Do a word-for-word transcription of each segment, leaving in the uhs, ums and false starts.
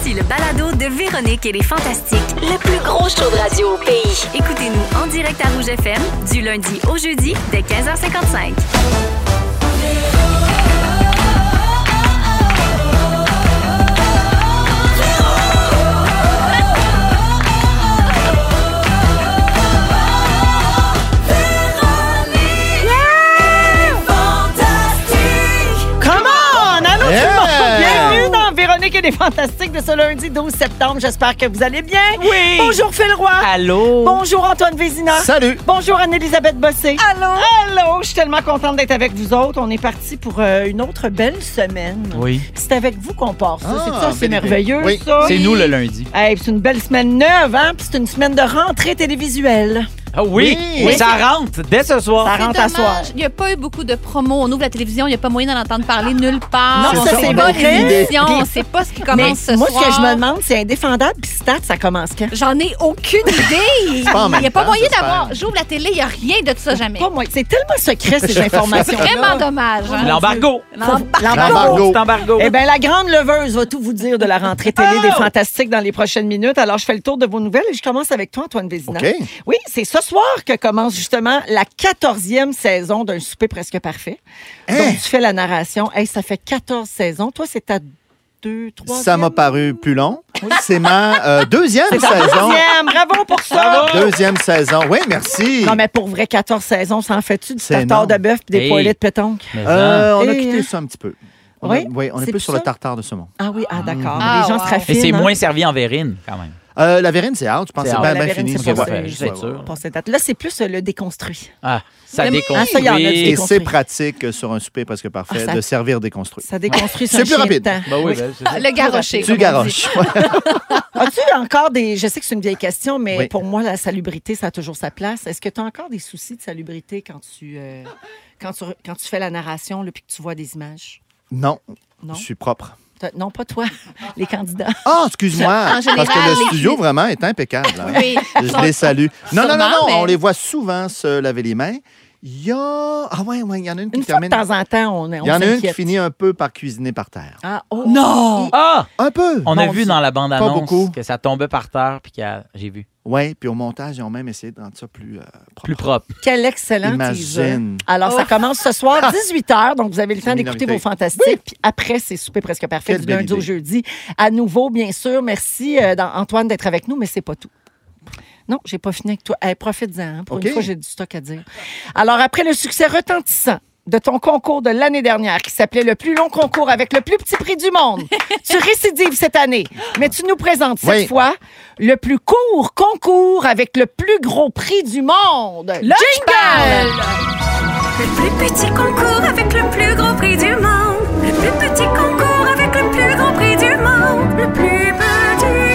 Voici le balado de Véronique et les Fantastiques, le plus gros show de radio au pays. Écoutez-nous en direct à Rouge F M du lundi au jeudi dès quinze heures cinquante-cinq. Véronique et les Fantastiques de ce lundi douze septembre. J'espère que vous allez bien. Oui. Bonjour Phil Roy. Allô. Bonjour Antoine Vézina. Salut. Bonjour Anne-Élisabeth Bossé. Allô. Allô. Je suis tellement contente d'être avec vous autres. On est parti pour euh, une autre belle semaine. Oui. C'est avec vous qu'on part ça. Ah, c'est ça, c'est bien, merveilleux oui. ça. C'est nous le lundi. Hey, c'est une belle semaine neuve, hein? Puis c'est une semaine de rentrée télévisuelle. Ah oui. Oui. Oui, ça rentre dès ce soir. Ça C'est rentre à soir. dommage. Il n'y a pas eu beaucoup de promos. On ouvre la télévision, il n'y a pas moyen d'en entendre parler nulle part. Non, on ça, sait c'est pas vrai. l'émission, Puis- on sait pas ce qui Mais commence ce moi, soir. ce que je me demande, c'est indéfendable. Puis Stat, ça commence quand? J'en ai aucune idée. pas en Il n'y a même pas temps, moyen j'espère. d'avoir. J'ouvre la télé, il n'y a rien de ça jamais. Pas moi. C'est tellement secret, ces informations. Vraiment dommage. hein. L'embargo. L'embargo. L'embargo. C'est embargo. Eh bien, la grande leveuse va tout vous dire de la rentrée télé des Fantastiques dans les prochaines minutes. Alors, je fais le tour de vos nouvelles et je commence avec toi, Antoine Vézina. OK. Oui, c'est ce soir que commence justement la quatorzième saison d'un souper presque parfait. Hein? Donc, tu fais la narration. Hey, ça fait quatorze saisons. Toi, c'est ta deux, trois. Ça m'a paru plus long. C'est ma euh, deuxième C'est ta saison. deuxième. Bravo pour ça. Deuxième saison. Oui, merci. Non, mais pour vrai, quatorze saisons, ça en fait-tu du C'est tartare de énorme. bœuf et des Hey. poêlées de pétanque? Mais Euh, on a Et, quitté hein? ça un petit peu. On Oui? a- oui, on est, C'est plus tout sur ça? le tartare de saumon. Ah oui, ah d'accord. Ah, Les gens wow. se raffinent. Et c'est hein? moins servi en verrine, quand même. Euh, la verrine, c'est out. Je pense que C'est c'est out. bien La bien verrine, fini. c'est Ok, passé. ouais, je suis Ouais. sûr. Passé date. Là, c'est plus euh, le déconstruit. Ah, ça Le- Ah, ça, il y en a du déconstruit. Et déconstruit. c'est pratique euh, sur un souper presque parfait Ah, ça- de servir déconstruit. Ça déconstruit C'est son plus chien de rapide. temps. Ben oui, Oui. ben, c'est ça. Le garrocher. Tu comme on dit. garoches. As-tu encore des... Je sais que c'est une vieille question, mais Oui. pour moi, la salubrité, ça a toujours sa place. Est-ce que tu as encore des soucis de salubrité quand tu, euh, quand tu, quand tu fais la narration et que tu vois des images? Non, Non? je suis propre. T'as- Non, pas toi, les candidats. Ah, excuse-moi. En général, Parce que le les studio, cuisines- vraiment, est impeccable. hein. Oui. Je les salue. Non, non, non, Sûrement, non. mais- On les voit souvent se laver les mains. Il y a... Ah ouais, ouais, il y en a une qui Une fois de termine... temps en temps, on, on Il y en a une qui s'inquiète. finit un peu par cuisiner par terre. Ah, oh. Non! Ah! Un peu. On a Mon vu Dieu. dans la Pas bande-annonce beaucoup. que ça tombait par terre, puis que j'ai vu. Oui, puis au montage, ils ont même essayé de rendre ça plus euh, propre. Plus propre. Quel excellent teaser. Imagine. Alors, ça Oh. commence ce soir, dix-huit heures. Donc, vous avez le temps d'écouter Minorité. vos Fantastiques. Puis après, c'est souper presque parfait Quelle du belle lundi au idée. jeudi. À nouveau, bien sûr. Merci, euh, dans- Antoine, d'être avec nous, mais c'est pas tout. Non, j'ai pas fini avec toi. Hey, profites-en. hein. Pour OK. une fois, j'ai du stock à dire. Alors, après le succès retentissant de ton concours de l'année dernière qui s'appelait le plus long concours avec le plus petit prix du monde, tu récidives cette année, mais tu nous présentes cette Oui. fois le plus court concours avec le plus gros prix du monde. Jingle! Le plus petit concours avec le plus gros prix du monde. Le plus petit concours avec le plus gros prix du monde. Le plus petit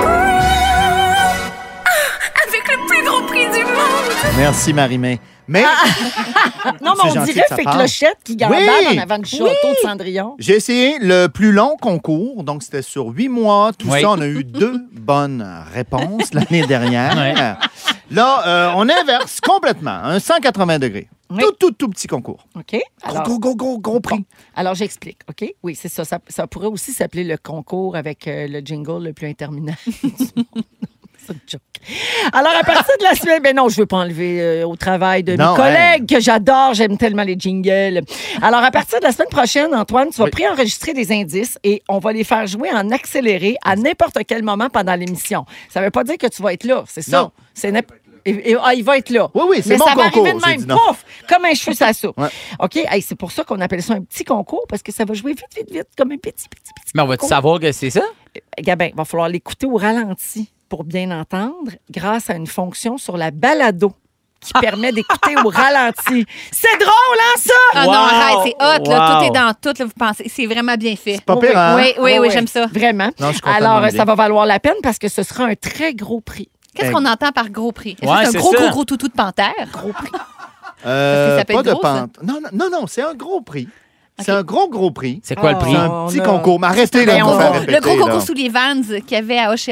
concours ah, avec le plus gros prix du monde. Merci, Marie-Mé. Mais Non, mais C'est on gentil dirait de sa Fée part. Clochette qui gambade Oui! en avant du château de Cendrillon. j'ai essayé le plus long concours. Donc, c'était sur huit mois. Tout Oui. ça, on a eu deux bonnes réponses l'année dernière. Ouais. Là, euh, on inverse complètement. Un cent quatre-vingts degrés. Oui. Tout, tout, tout petit concours. OK? Alors, Gros, gros, gros, gros prix. bon. Alors, j'explique, OK? Oui, c'est ça. ça. Ça pourrait aussi s'appeler le concours avec euh, le jingle le plus interminable du monde. C'est une joke. Alors, à partir de la semaine... Ben non, je ne veux pas enlever euh, au travail de Non, mes collègues que j'adore. J'aime tellement les jingles. Alors, à partir de la semaine prochaine, Antoine, tu vas Oui. préenregistrer des indices et on va les faire jouer en accéléré à n'importe quel moment pendant l'émission. Ça ne veut pas dire que tu vas être là, c'est ça. Non. C'est n'importe- Et, et- ah, il va être là. Oui, oui, c'est Mais mon ça va concours, arriver de j'ai même, dit non. pouf, comme un cheveu ça soupe. Ouais. OK? Hey, c'est pour ça qu'on appelle ça un petit concours, parce que ça va jouer vite, vite, vite, comme un petit, petit, petit Mais on va-tu concours. savoir que c'est ça? Gabin, il va falloir l'écouter au ralenti pour bien entendre, grâce à une fonction sur la balado qui permet d'écouter au ralenti. C'est drôle, hein, ça? Ah non, Wow! arrête, c'est hot, là. Wow! Tout est dans tout, là, vous pensez. C'est vraiment bien fait. Pas Oui, pire, hein? Oui, oui, oui, j'aime ça. Vraiment. Non, je suis content de Alors, mon euh, idée. ça va valoir la peine parce que ce sera un très gros prix. Qu'est-ce Hey. qu'on entend par gros prix? Est-ce Ouais, que c'est c'est un gros, ça. gros, gros toutou de panthère? Gros prix. Euh, Parce que ça peut pas être de gros, ça. pente. Non, non, non, non, c'est un gros prix. C'est un gros, gros prix. C'est quoi Ah. le prix? C'est On un petit a- concours. Mais arrêtez là, Ben, de on me faire va- répéter. Le gros là. coco sous les Vans qu'il y avait à Oshéaga?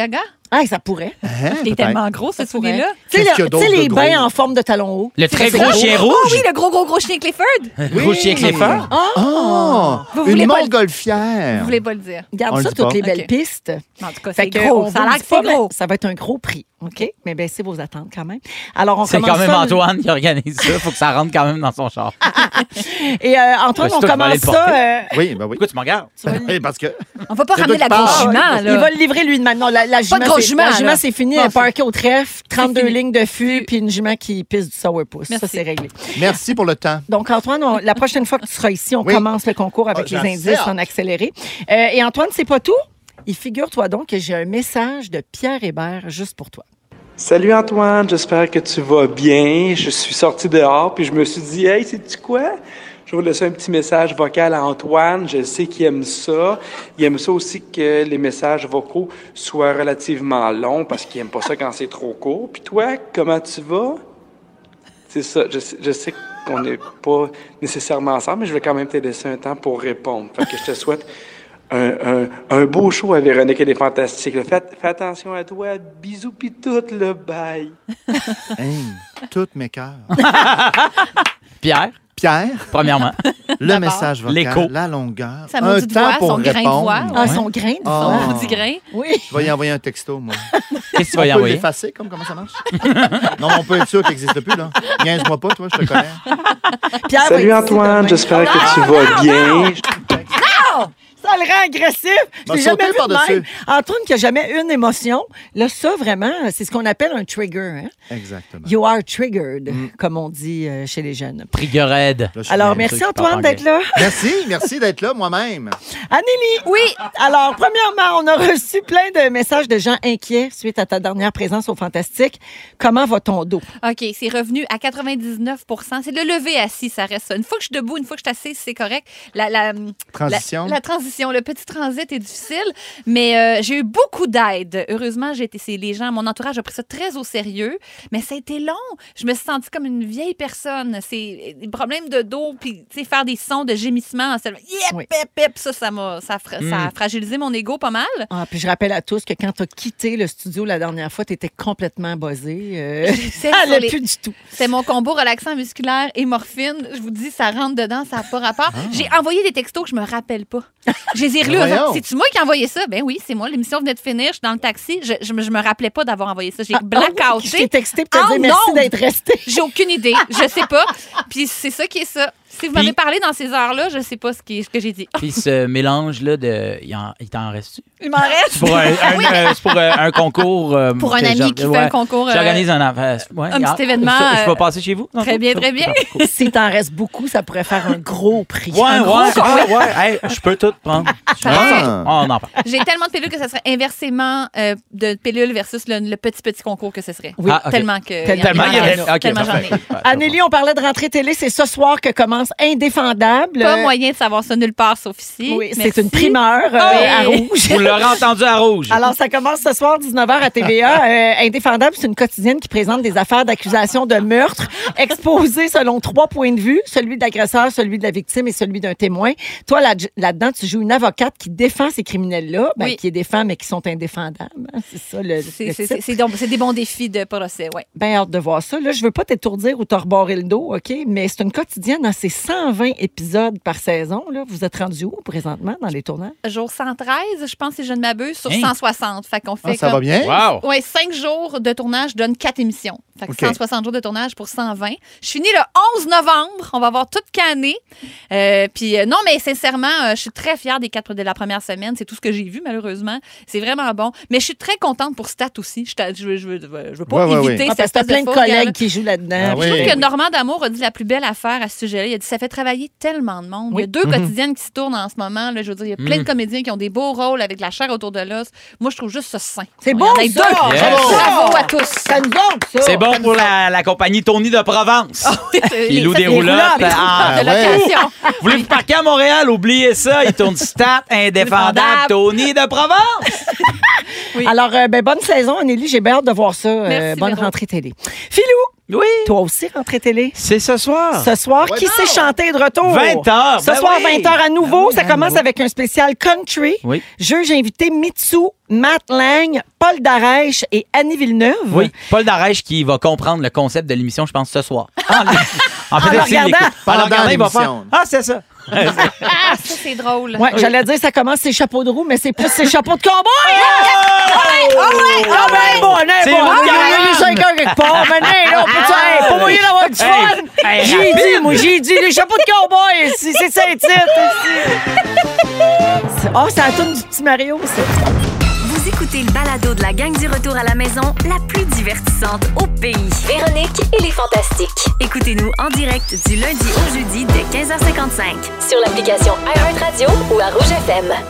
Ah, ça pourrait. Hein, Il est peut-être. tellement gros, ce souris-là. Tu sais, Qu'est-ce qu'il y a le- tu d'autre sais, de les gros? bains en forme de talon haut. Le très C'est gros ça? chien Oh rouge. oui, le gros, gros, gros chien Clifford. Gros chien Clifford. Oh, Vous une voulez pas le- montgolfière. Vous voulez pas le dire. Garde On le ça, dit toutes pas. les belles Ok. pistes. En tout cas, Fait c'est que gros. on Ça a vous l'air le que dit pas, c'est gros. mais ça va être un gros prix. OK? Mais baissez vos attentes quand même. Alors, on C'est commence quand même ça. Antoine qui organise ça. Faut que ça rentre quand même dans son char. Et euh, Antoine, Ouais, c'est on toi qui vas commence aller le ça. euh, Oui, ben oui. Pourquoi tu me regardes? Oui, parce que On va pas C'est ramener toi la qui grosse parles. jument, il là. va le livrer lui de maintenant. La, la jument, de grosse c'est- jument, la jument, là. c'est fini. Non, Elle est c'est- parquée au trèfle, trente-deux fini. lignes de fût, puis une jument qui pisse du sourpuss. Merci. Ça, c'est réglé. merci pour le temps. Donc, Antoine, on- la prochaine fois que tu seras ici, on Oui. commence le concours avec Ah, les j'ai indices hâte. en accéléré. Euh, et Antoine, c'est pas tout. Il figure-toi donc que j'ai un message de Pierre Hébert juste pour toi. Salut Antoine, j'espère que tu vas bien. Je suis sorti dehors puis je me suis dit, hey, sais-tu quoi? Je vais laisser un petit message vocal à Antoine. Je sais qu'il aime ça. Il aime ça aussi que les messages vocaux soient relativement longs parce qu'il aime pas ça quand c'est trop court. Puis toi, comment tu vas? C'est ça. Je sais, je sais qu'on n'est pas nécessairement ensemble, mais je vais quand même te laisser un temps pour répondre. Fait que je te souhaite un, un, un beau show à Véronique et les Fantastiques. là. Fais, fais attention à toi. Bisous pis tout, le bye. Hey, toutes mes cœurs. Pierre, Pierre, premièrement. le message vocal, L'écho. la longueur, Sa un maudite temps voix, pour son grain de répondre. voix. Ah, Ouais. son grain de Ah. voix. Son petit grain. Oui. Je vais y envoyer un texto, moi. Qu'est-ce que tu On vas y peut envoyer? l'effacer, comme comment ça marche? non, on peut être sûr qu'il n'existe plus, là. Niaise-moi pas, toi, je te connais. Pierre va Salut être ici Antoine, demain. j'espère que tu vas bien. Ça le rend agressif. Je Va l'ai sauter jamais vu de par-dessus. même. Antoine qui a jamais une émotion. Là, ça, vraiment, c'est ce qu'on appelle un trigger. Hein? Exactement. You are triggered, comme on dit euh, chez les jeunes. Prigorède. Là, je suis Alors, bien. merci ceux qui parlent Antoine d'être là. Merci, merci d'être là, moi-même. Anélie. Oui. Alors, premièrement, on a reçu plein de messages de gens inquiets suite à ta dernière présence au Fantastique. Comment va ton dos? OK, c'est revenu à quatre-vingt-dix-neuf pour cent. C'est le lever assis, ça reste ça. Une fois que je suis debout, une fois que je suis assise, c'est correct. La, la, Transition. La, la transition, le petit transit est difficile, mais euh, j'ai eu beaucoup d'aide. Heureusement, j'ai été, c'est les gens, mon entourage a pris ça très au sérieux, mais ça a été long. Je me suis sentie comme une vieille personne. C'est des problèmes de dos, puis tu sais, faire des sons de gémissement en se levant. Yep, Oui. yep, yep. Ça, ça m'a, ça, a fra- ça a fragilisé mon ego pas mal. Ah, puis je rappelle à tous que quand tu as quitté le studio la dernière fois, tu étais complètement buzzé. Euh, C'est ça sur allait les- plus du tout. C'est mon combo relaxant musculaire et morphine. Je vous dis, ça rentre dedans, ça n'a pas rapport. J'ai envoyé des textos que je me rappelle pas. Je les ai relus. Voyons. C'est-tu moi qui ai envoyé ça? Ben oui, c'est moi. L'émission venait de finir. Je suis dans le taxi. Je, je, me- je me rappelais pas d'avoir envoyé ça. J'ai Ah, ah oui, je t'ai blackouté. texté pour te Ah, dire merci non! d'être resté. J'ai aucune idée. Je sais pas. Puis c'est ça qui est ça. Si vous m'avez Puis- parlé dans ces heures-là, je sais pas ce, qui, ce que j'ai dit. Puis ce mélange-là de. Il, en- il t'en reste-tu? Il m'en reste. C'est pour un, un- euh, c'est pour euh, un concours. euh, Pour un que ami j'or- qui fait ouais. un concours, euh, J'organise un, euh, ouais, un ah, petit événement, Je, je peux euh, passer chez vous? Non, très cool, bien, cool, très bien. cool. Si t'en reste beaucoup, ça pourrait faire un gros prix. Ouais, Un gros ouais, prix. ah, ouais. Hey, je peux tout prendre. Ah. Ah, on en parle. J'ai tellement de pilules que ça serait inversement euh, de pilules versus le, le petit, petit concours que ce serait. Oui. Ah, ok. Tellement que. Tellement il il y en en reste. a. Ok, Tellement j'en ai. parfait. Ouais, Anélie, on parlait de rentrée télé. C'est ce soir que commence Indéfendable. Pas Euh, moyen de savoir ça nulle part, sauf ici. Oui, c'est Merci. une primeur euh, Oui. à Rouge. Vous l'aurez entendu à rouge. Alors, ça commence ce soir, dix-neuf heures à T V A. Euh, Indéfendable, c'est une quotidienne qui présente des affaires d'accusation de meurtre exposées selon trois points de vue, celui de l'agresseur, celui de la victime et celui d'un témoin. Toi, là- là-dedans, tu joues une avocate qui défend ces criminels-là, ben, Oui. qui les défend, mais qui sont indéfendables. hein. C'est ça le, C'est- le C'est titre. c'est- c'est donc- c'est des bons défis de procès, oui. Bien hâte de voir ça. Là, je veux pas t'étourdir ou te rebarrer le dos, OK? Mais c'est une quotidienne dans ses cent vingt épisodes par saison. Là. Vous êtes rendu où présentement dans les tournages? Jour cent treize, je pense, si je ne m'abuse, sur Hein? cent soixante. Fait qu'on fait Ah, ça comme... va bien? Wow. Oui, cinq jours de tournage donne quatre émissions. Fait que OK. cent soixante jours de tournage pour cent vingt. Je finis le onze novembre. On va avoir tout canné. Euh, Puis euh, non, mais sincèrement, euh, je suis très fière des quatre de la première semaine. C'est tout ce que j'ai vu, malheureusement. C'est vraiment bon. Mais je suis très contente pour Stat aussi. Je, t'a- je, veux- je, veux- je veux pas Ouais, ouais, éviter ouais. Ah, cette parce que t'as espèce plein de fausse collègues guerre-là. qui jouent là-dedans. Ah Je oui. trouve que Normand D'Amour a dit la plus belle affaire à ce sujet-là. Il a dit ça fait travailler tellement de monde. Il y a deux quotidiennes qui se tournent en ce moment. Là, je veux dire, il y a plein de comédiens qui ont des beaux rôles avec de la chair autour de l'os. Moi, je trouve juste ça sain. C'est Il y beau, en a ça! deux. Yes. Bravo! Bravo à tous. Ça nous gonfle, ça! C'est bon pour la, la compagnie Tony de Provence. Il loue des Les roulottes. roulottes, Ah, de ouais. location. Voulez-vous parquer à Montréal? Oubliez ça. Il tourne Stat, Indéfendable, Tony de Provence. Alors, euh, ben, bonne saison, Anélie. J'ai bien hâte de voir ça. Euh, Merci, bonne Véro. rentrée télé. Philou, Oui. Toi aussi, rentrée télé? C'est ce soir. Ce soir, Ouais, qui non. s'est chanté de retour? vingt heures. Ce Ben soir, oui. vingt heures à nouveau. Ben oui, Ça à commence nouveau. avec un spécial country. Oui. Juge invité Mitsu, Matt Lang, Paul Darèche et Annie Villeneuve. Oui, Paul Darèche qui va comprendre le concept de l'émission, je pense, ce soir. En, en fait, En le s'il regardant. l'écoute. En le Pendant regardant, il va faire l'émission. Ah, c'est ça. Ah, ça, c'est drôle. Ouais, j'allais dire, ça commence ses chapeaux de roue, mais c'est plus ses chapeaux de cowboy! Oh! Ah ben bon, non, C'est bon, Rouge il y a Garage. eu cinq heures quelque part, mais non, là, on peut hey, pas moyen d'avoir du fun! Hey, hey, J'ai rapide. dit, moi, j'ai dit, les chapeaux de cowboy, c'est c'est ça le titre. C'est- Oh, c'est la tourne du petit Mario, ça. Vous écoutez le balado de la gang du retour à la maison, la plus divertissante au pays. Véronique et les Fantastiques. Écoutez-nous en direct du lundi au jeudi dès quinze heures cinquante-cinq. Sur l'application iHeartRadio ou à Rouge F M.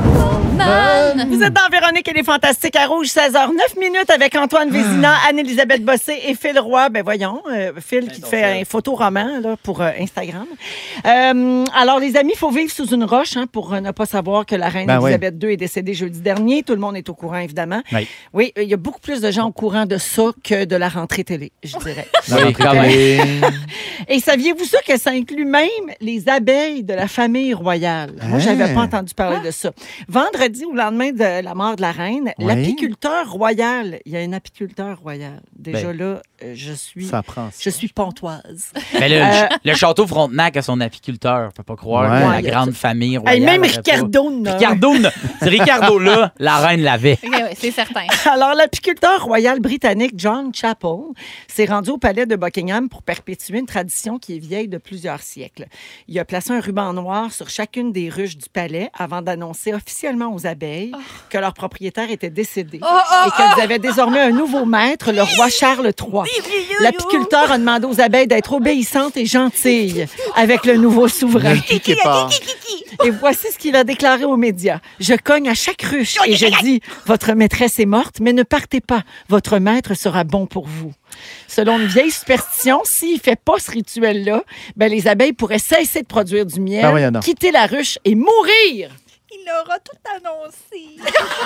Man. Vous êtes dans Véronique et les Fantastiques à Rouge, seize heures neuf minutes avec Antoine Vézina, Anne-Élisabeth Bossé et Phil Roy. Ben voyons, euh, Phil qui te fait un photoroman là, pour euh, Instagram. Euh, alors, les amis, il faut vivre sous une roche hein, pour euh, ne pas savoir que la reine Ben oui. Élisabeth deux est décédée jeudi dernier. Tout le monde est au courant, évidemment. Oui. Oui, il y a beaucoup plus de gens au courant de ça que de la rentrée télé, je dirais. Oui, quand même. télé. Et saviez-vous ça que ça inclut même les abeilles de la famille royale? Moi, je n'avais Hein? pas entendu parler de ça. Vendredi, au lendemain de la mort de la reine, Oui. l'apiculteur royal, il y a un apiculteur royal. Déjà Ben. là, euh, je suis, Ça prend ça. je suis pontoise. Mais le, Euh, le château Frontenac a son apiculteur. On peut pas croire. Ouais. que Ouais, la il y a grande ça. famille Hey, royale. même aurait pas- Ricardo, non. Ricardo, ne- c'est Ricardo là, la reine l'avait. Ok, ouais, c'est certain. Alors, l'apiculteur royal britannique John Chappell s'est rendu au palais de Buckingham pour perpétuer une tradition qui est vieille de plusieurs siècles. Il a placé un ruban noir sur chacune des ruches du palais avant d'annoncer officiellement aux abeilles que leur propriétaire était décédé Oh, oh, et qu'elles avaient désormais un nouveau maître, le roi Charles trois. L'apiculteur a demandé aux abeilles d'être obéissantes et gentilles avec le nouveau Ne souverain. le piquez pas. Et voici ce qu'il a déclaré aux médias. Je cogne à chaque ruche et je dis, votre maîtresse est morte, mais ne partez pas. Votre maître sera bon pour vous. Selon une vieille superstition, s'il ne fait pas ce rituel-là, ben, les abeilles pourraient cesser de produire du miel, Ben voyons donc. quitter la ruche et mourir. Il aura tout annoncé.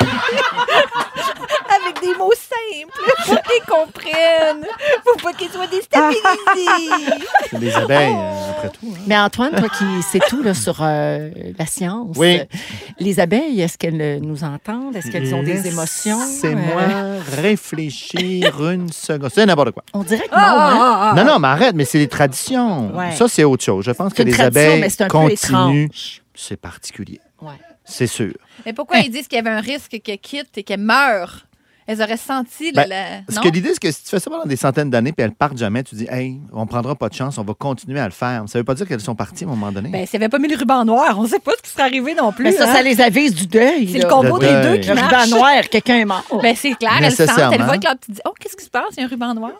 Avec des mots simples pour qu'ils comprennent. Pour pas qu'ils soient déstabilisés. C'est des abeilles, euh, après tout. hein. Mais Antoine, toi qui sais tout là, sur euh, la science, Oui. euh, les abeilles, est-ce qu'elles euh, nous entendent? Est-ce qu'elles ont des émotions? Laissez-moi Euh, réfléchir une seconde. C'est n'importe quoi. on dirait que non, hein? Non, non, mais arrête, mais c'est des traditions. Ouais. Ça, c'est autre chose. Je pense que C'est une les tradition, abeilles mais c'est un peu continuent. étrange. C'est particulier. Ouais. C'est sûr. Mais pourquoi ils disent qu'il y avait un risque qu'elle quitte et qu'elle meure? Elles auraient senti Ben, la... Parce Non? que l'idée, c'est que si tu fais ça pendant des centaines d'années puis elles partent jamais, tu dis, hey, on prendra pas de chance, on va continuer à le faire. Ça veut pas dire qu'elles sont parties à un moment donné. Ben, s'il n'avait pas mis le ruban noir, on ne sait pas ce qui serait arrivé non plus. Mais ça, hein? ça les avise du deuil. C'est là. le combo Le des deuil. deux qui Le marche. ruban noir, quelqu'un est mort. Ben, c'est clair, elles sentent, Nécessairement. elles voient avec leur petit... Oh, qu'est-ce qui se passe? Il y a un ruban noir.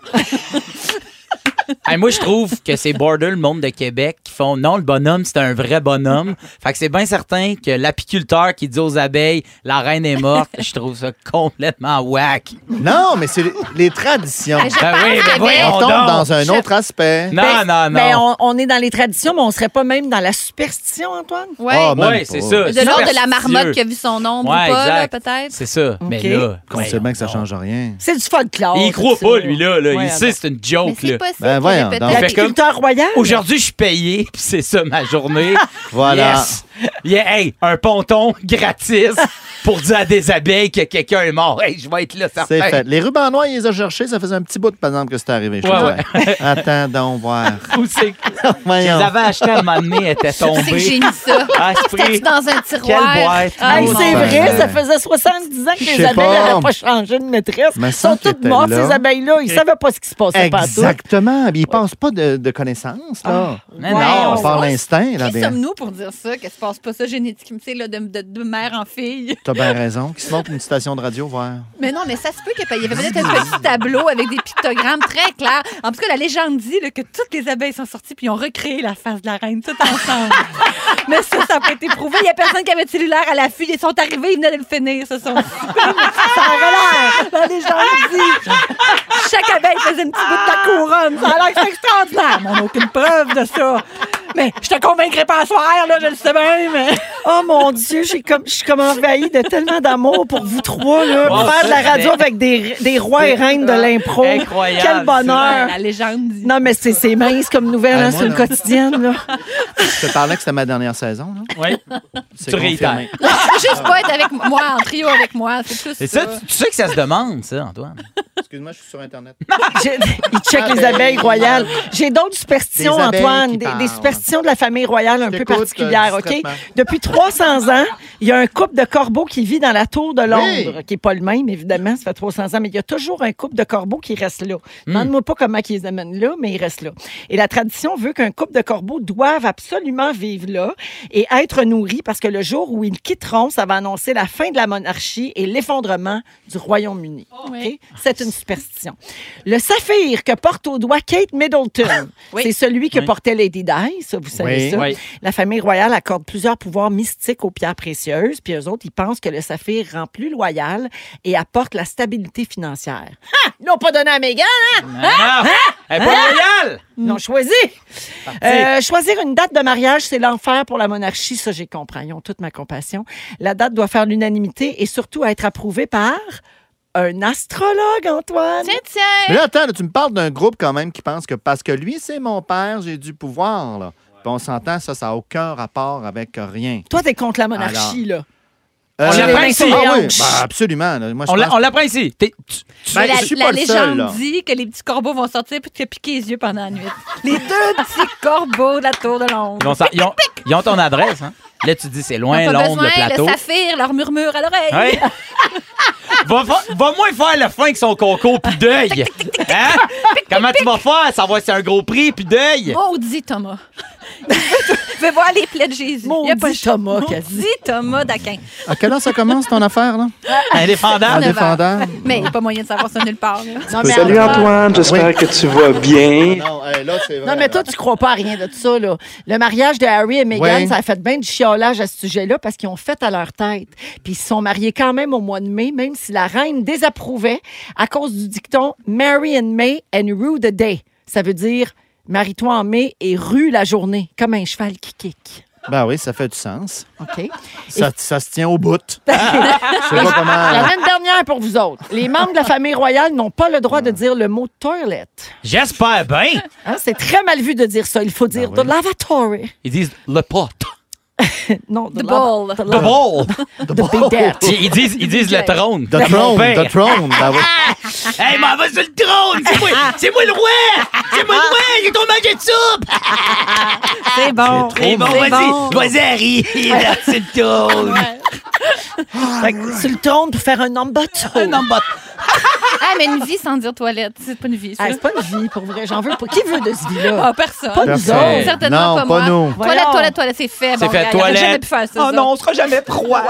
Hey, moi, je trouve que c'est border le monde de Québec qui font non, le bonhomme, c'est un vrai bonhomme. Fait que c'est bien certain que l'apiculteur qui dit aux abeilles la reine est morte, je trouve ça complètement whack. Non, mais c'est les, les traditions. Ben, je Ben pense oui, qu'il y ben avait- voyons On tombe donc. dans un Je- autre aspect. Non, Ben, non, non. ben, on, on est dans les traditions, mais on serait pas même dans la superstition, Antoine? Ouais. Ah, même Ouais, pas. c'est ça. De l'ordre de la superstitieux. marmotte qui a vu son ombre Ouais, ou pas, là, exact. peut-être? C'est ça. Mais OK. là, On sait bien que ça change rien. C'est du folklore. Il y croit tout pas, ça. lui, là. là. Ouais, il sait c'est une Mais joke. c'est Là. possible Ben, qu'il voyons ait donc. peut-être... L'apiculteur royal? Aujourd'hui, je suis payé, puis c'est ça ma journée. Voilà. Yes. Yeah, hey, un ponton gratis pour dire à des abeilles que quelqu'un est mort. Hey, je vais être là, certain. C'est fait. Les rubans noirs, ils les ont cherchés. Ça faisait un petit bout, par exemple, que c'était arrivé. Je te Ouais, dirais. Attends donc voir. Où c'est que- Je les Voyons. avais achetés à un moment donné, elles étaient C'est que j'ai tombées. mis ça. Ah, c'est C'était pris. dans un tiroir. Quelle boîte. Ah, Hey, mon c'est Dieu. vrai, ça faisait soixante-dix ans que Je les sais abeilles pas. n'avaient pas changé de maîtresse. Me Ils sont semble toutes qu'elles mortes, étaient là. ces abeilles-là. Ils ne savaient pas ce qui se passait partout. Exactement. Ils passent pas de, de connaissances, là. Mais Ouais, non. On parle l'instinct, Qui là. sommes-nous pour dire ça, que se passe pas ça génétiquement, tu sais, là, de, de, de mère en fille? T'as bien raison. Qui se montre une station de radio, voir. Mais non, mais ça se peut qu'il y avait peut-être un petit tableau avec des pictogrammes très clairs. En tout cas, la légende dit là, que toutes les abeilles sont sorties puis ils ont recréé la face de la reine, tout ensemble. Mais ça, ça n'a pas été prouvé. Il n'y a personne qui avait de cellulaire à l'affût. Ils sont arrivés, ils venaient de le finir. Ça, sont... ça a l'air. La légende dit. Chaque abeille faisait une petite bout de la couronne. Ça a l'air extraordinaire. Mais on n'a aucune preuve de ça. Mais je te convaincrai pas à soir, là, je le sais bien, mais... Oh mon Dieu, j'ai comme, je suis comme envahie de tellement d'amour pour vous trois, là. Bon, Faire de la radio avec des, des rois et reines de l'impro. Incroyable, Quel bonheur. La légende dit. Non, mais c'est, c'est mince comme nouvelle, Ah, hein, moi, c'est une là. quotidienne, là. Je te parlais que c'était ma dernière saison. Là. Oui. C'est Tu réitères. confirmé. Tu peux juste pas être avec moi, en trio avec moi. C'est plus C'est ça. ça, tu, tu sais que ça se demande, ça, Antoine. Excuse-moi, je suis sur Internet. J'ai- Il check les abeilles royales. J'ai d'autres superstitions, Des abeilles Antoine, qui des, des parlent. superstitions de la famille royale un peu T'écoutes, particulières, euh, OK? discrètement. Depuis trois cents ans, il y a un couple de corbeaux qui vit dans la tour de Londres, Oui. qui n'est pas le même, évidemment, ça fait trois cents ans, mais il y a toujours un couple de corbeaux qui reste là. Demande-moi pas comment ils les amènent là, mais ils restent là. Et la tradition veut qu'un couple de corbeaux doivent absolument vivre là et être nourris parce que le jour où ils quitteront, ça va annoncer la fin de la monarchie et l'effondrement du Royaume-Uni. OK? Oui. C'est une superstition. Le saphir que porte au doigt Kate Middleton, Oui. c'est celui que Oui. portait Lady Di, ça, vous savez Oui. ça. Oui. La famille royale accorde plusieurs pouvoirs mystiques aux pierres précieuses, puis eux autres, ils pensent que le saphir rend plus loyal et apporte la stabilité financière. Ha! Ils l'ont pas donné à Meghan, hein? Ah! Elle est pas loyale! Ils l'ont choisi. Euh, choisir une date de mariage, c'est l'enfer pour la monarchie, ça, j'ai compris. Ils ont toute ma compassion. La date doit faire l'unanimité et surtout être approuvée par un astrologue, Antoine. Tiens, tiens. Mais là, attends, là, tu me parles d'un groupe quand même qui pense que parce que lui, c'est mon père, j'ai du pouvoir. Là. Puis on s'entend, ça, ça n'a aucun rapport avec rien. Toi, t'es contre la monarchie, là. Euh, On l'apprend ici. Ah oui, hanches. ben, absolument. là. Moi, je On l'a- pense- on l'apprend ici. T'es- tu- tu- Ben, la je suis la pas le seul, légende là. dit que les petits corbeaux vont sortir puis te piquer les yeux pendant la nuit. Les deux petits corbeaux de la tour de Londres. ils, ont, sa- ils ont- ils ont ton adresse. Hein? Là, tu dis c'est loin, Ils ont pas Londres, le besoin, plateau. le saphir leur murmure à l'oreille. Ouais. va, fa- va moins faire le fin avec son concours puis deuil. Hein? Comment tu vas faire? Savoir si c'est un gros prix puis deuil. Maudit Thomas. Je vais voir les plaies de Jésus. Maudit Il y a pas le choix. Thomas, qu'a dit. Maudit Thomas d'Aquin. À quelle heure ça commence, ton affaire, là? Indéfendable. neuf heures. Indéfendable. Mais il n'y a pas moyen de savoir ça nulle part. là. Non, mais Salut Antoine- Antoine, j'espère Oui. que tu vas bien. Non, hey, là, c'est vrai. Non, mais toi, tu crois pas à rien de ça, là. Le mariage de Harry et Meghan, Oui. ça a fait bien du chiolage à ce sujet-là parce qu'ils ont fait à leur tête. Puis ils se sont mariés quand même au mois de mai, même si la reine désapprouvait à cause du dicton « Marry in May and rue the day ». Ça veut dire « Marie-toi en mai et rue la journée », comme un cheval qui kick. Ben oui, ça fait du sens. OK? Ça, ça se tient au bout. Je sais pas La comment. semaine dernière, pour vous autres, les membres de la famille royale n'ont pas le droit de dire le mot « toilet J'espère bien. ». Hein? C'est très mal vu de dire ça. Il faut dire Ben « oui. the lavatory Ils disent le pot. ». Non, The bowl. The, The ball. the bidet. Ils disent, ils disent le trône. The throne, the throne. Ben oui. Hey, m'en va sur le trône! C'est moi, c'est moi le roi! C'est moi le roi! J'ai ton manger de soupe! C'est bon. Hey, bon, C'est vas-y, bon. vas-y, Harry! Là, c'est le trône! Fait que sur le trône pour faire un number two. Un homme bot. Ah, mais une vie sans dire toilette, c'est pas une vie, ça. Ah, c'est pas une vie, pour vrai. J'en veux pas. Qui veut de ce vie-là? Ah, personne. Pas nous Personne. autres. Certainement Non, pas, pas moi. nous. Toilette, Voyons. toilette, toilette, c'est fait. C'est Bon, fait, gars, il aurait toilette. jamais pu faire ça. Oh ça. non, on sera jamais roi.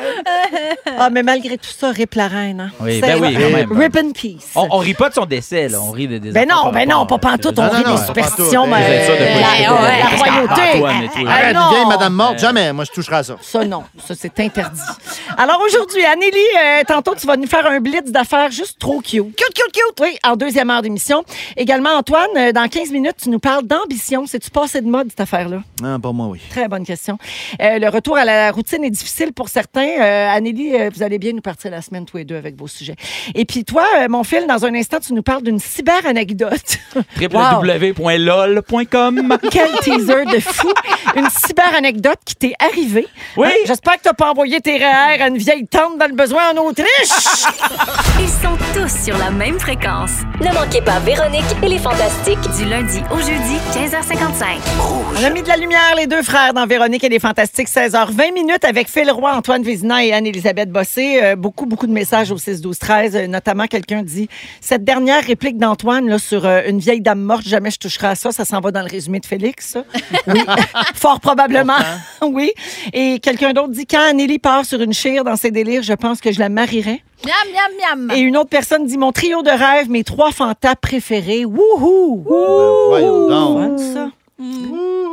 Ah, mais malgré tout ça, rip la reine. Hein? Oui, C'est ben oui, vrai. quand même. Rip in peace. On, on rit pas de son décès, là. On rit de, des Ben affaires non, par ben non, rapport pas à- pantoute. Non, On non, rit non, des pas superstitions, pantoute. mais Vous êtes sûr de euh, pas la, toucher. ouais, la Parce royauté. qu'Antoine et tout, là. Ah, Arrête, non. vieille Madame morte, jamais. Moi, je toucherai à ça. Ça, non. Ça, c'est interdit. Alors aujourd'hui, Anneli, euh, tantôt, tu vas nous faire un blitz d'affaires juste trop cute. Cute, cute, cute. Oui, en deuxième heure d'émission. Également, Antoine, euh, dans quinze minutes, tu nous parles d'ambition. C'est-tu passé de mode, cette affaire-là? Non, pas moi, oui. Très bonne question. Euh, le retour à la routine est difficile pour certains. Euh, Anneli, euh, vous allez bien nous partir la semaine tous les deux avec vos sujets. Et puis toi, euh, mon fil, dans un instant, tu nous parles d'une cyber-anecdote. w w w point lol point com. Quel teaser de fou! Une cyber-anecdote qui t'est arrivée. Oui. Hein? J'espère que t'as pas envoyé tes R E R à une vieille tante dans le besoin en Autriche. Ils sont tous sur la même fréquence. Ne manquez pas Véronique et les Fantastiques. Du lundi au jeudi, quinze heures cinquante-cinq. On a mis de la lumière, les deux frères, dans Véronique et les Fantastiques, seize heures vingt minutes avec Phil Roy, Antoine Vézina et Anne-Élisabeth Bossé. Euh, beaucoup, beaucoup de messages au six douze treize. Euh, notamment, quelqu'un dit « Cette dernière réplique d'Antoine là, sur euh, une vieille dame morte, jamais je toucherai à ça. Ça s'en va dans le résumé de Félix, ça. » Oui, fort probablement. Oui. Et quelqu'un d'autre dit « Quand Anneli part sur une chire dans ses délires, je pense que je la marierais. » Miam, miam, miam. Et une autre personne dit « Mon trio de rêves, mes trois fantas préférés. Wouhou! » Ben, voyons donc. Fun, ça.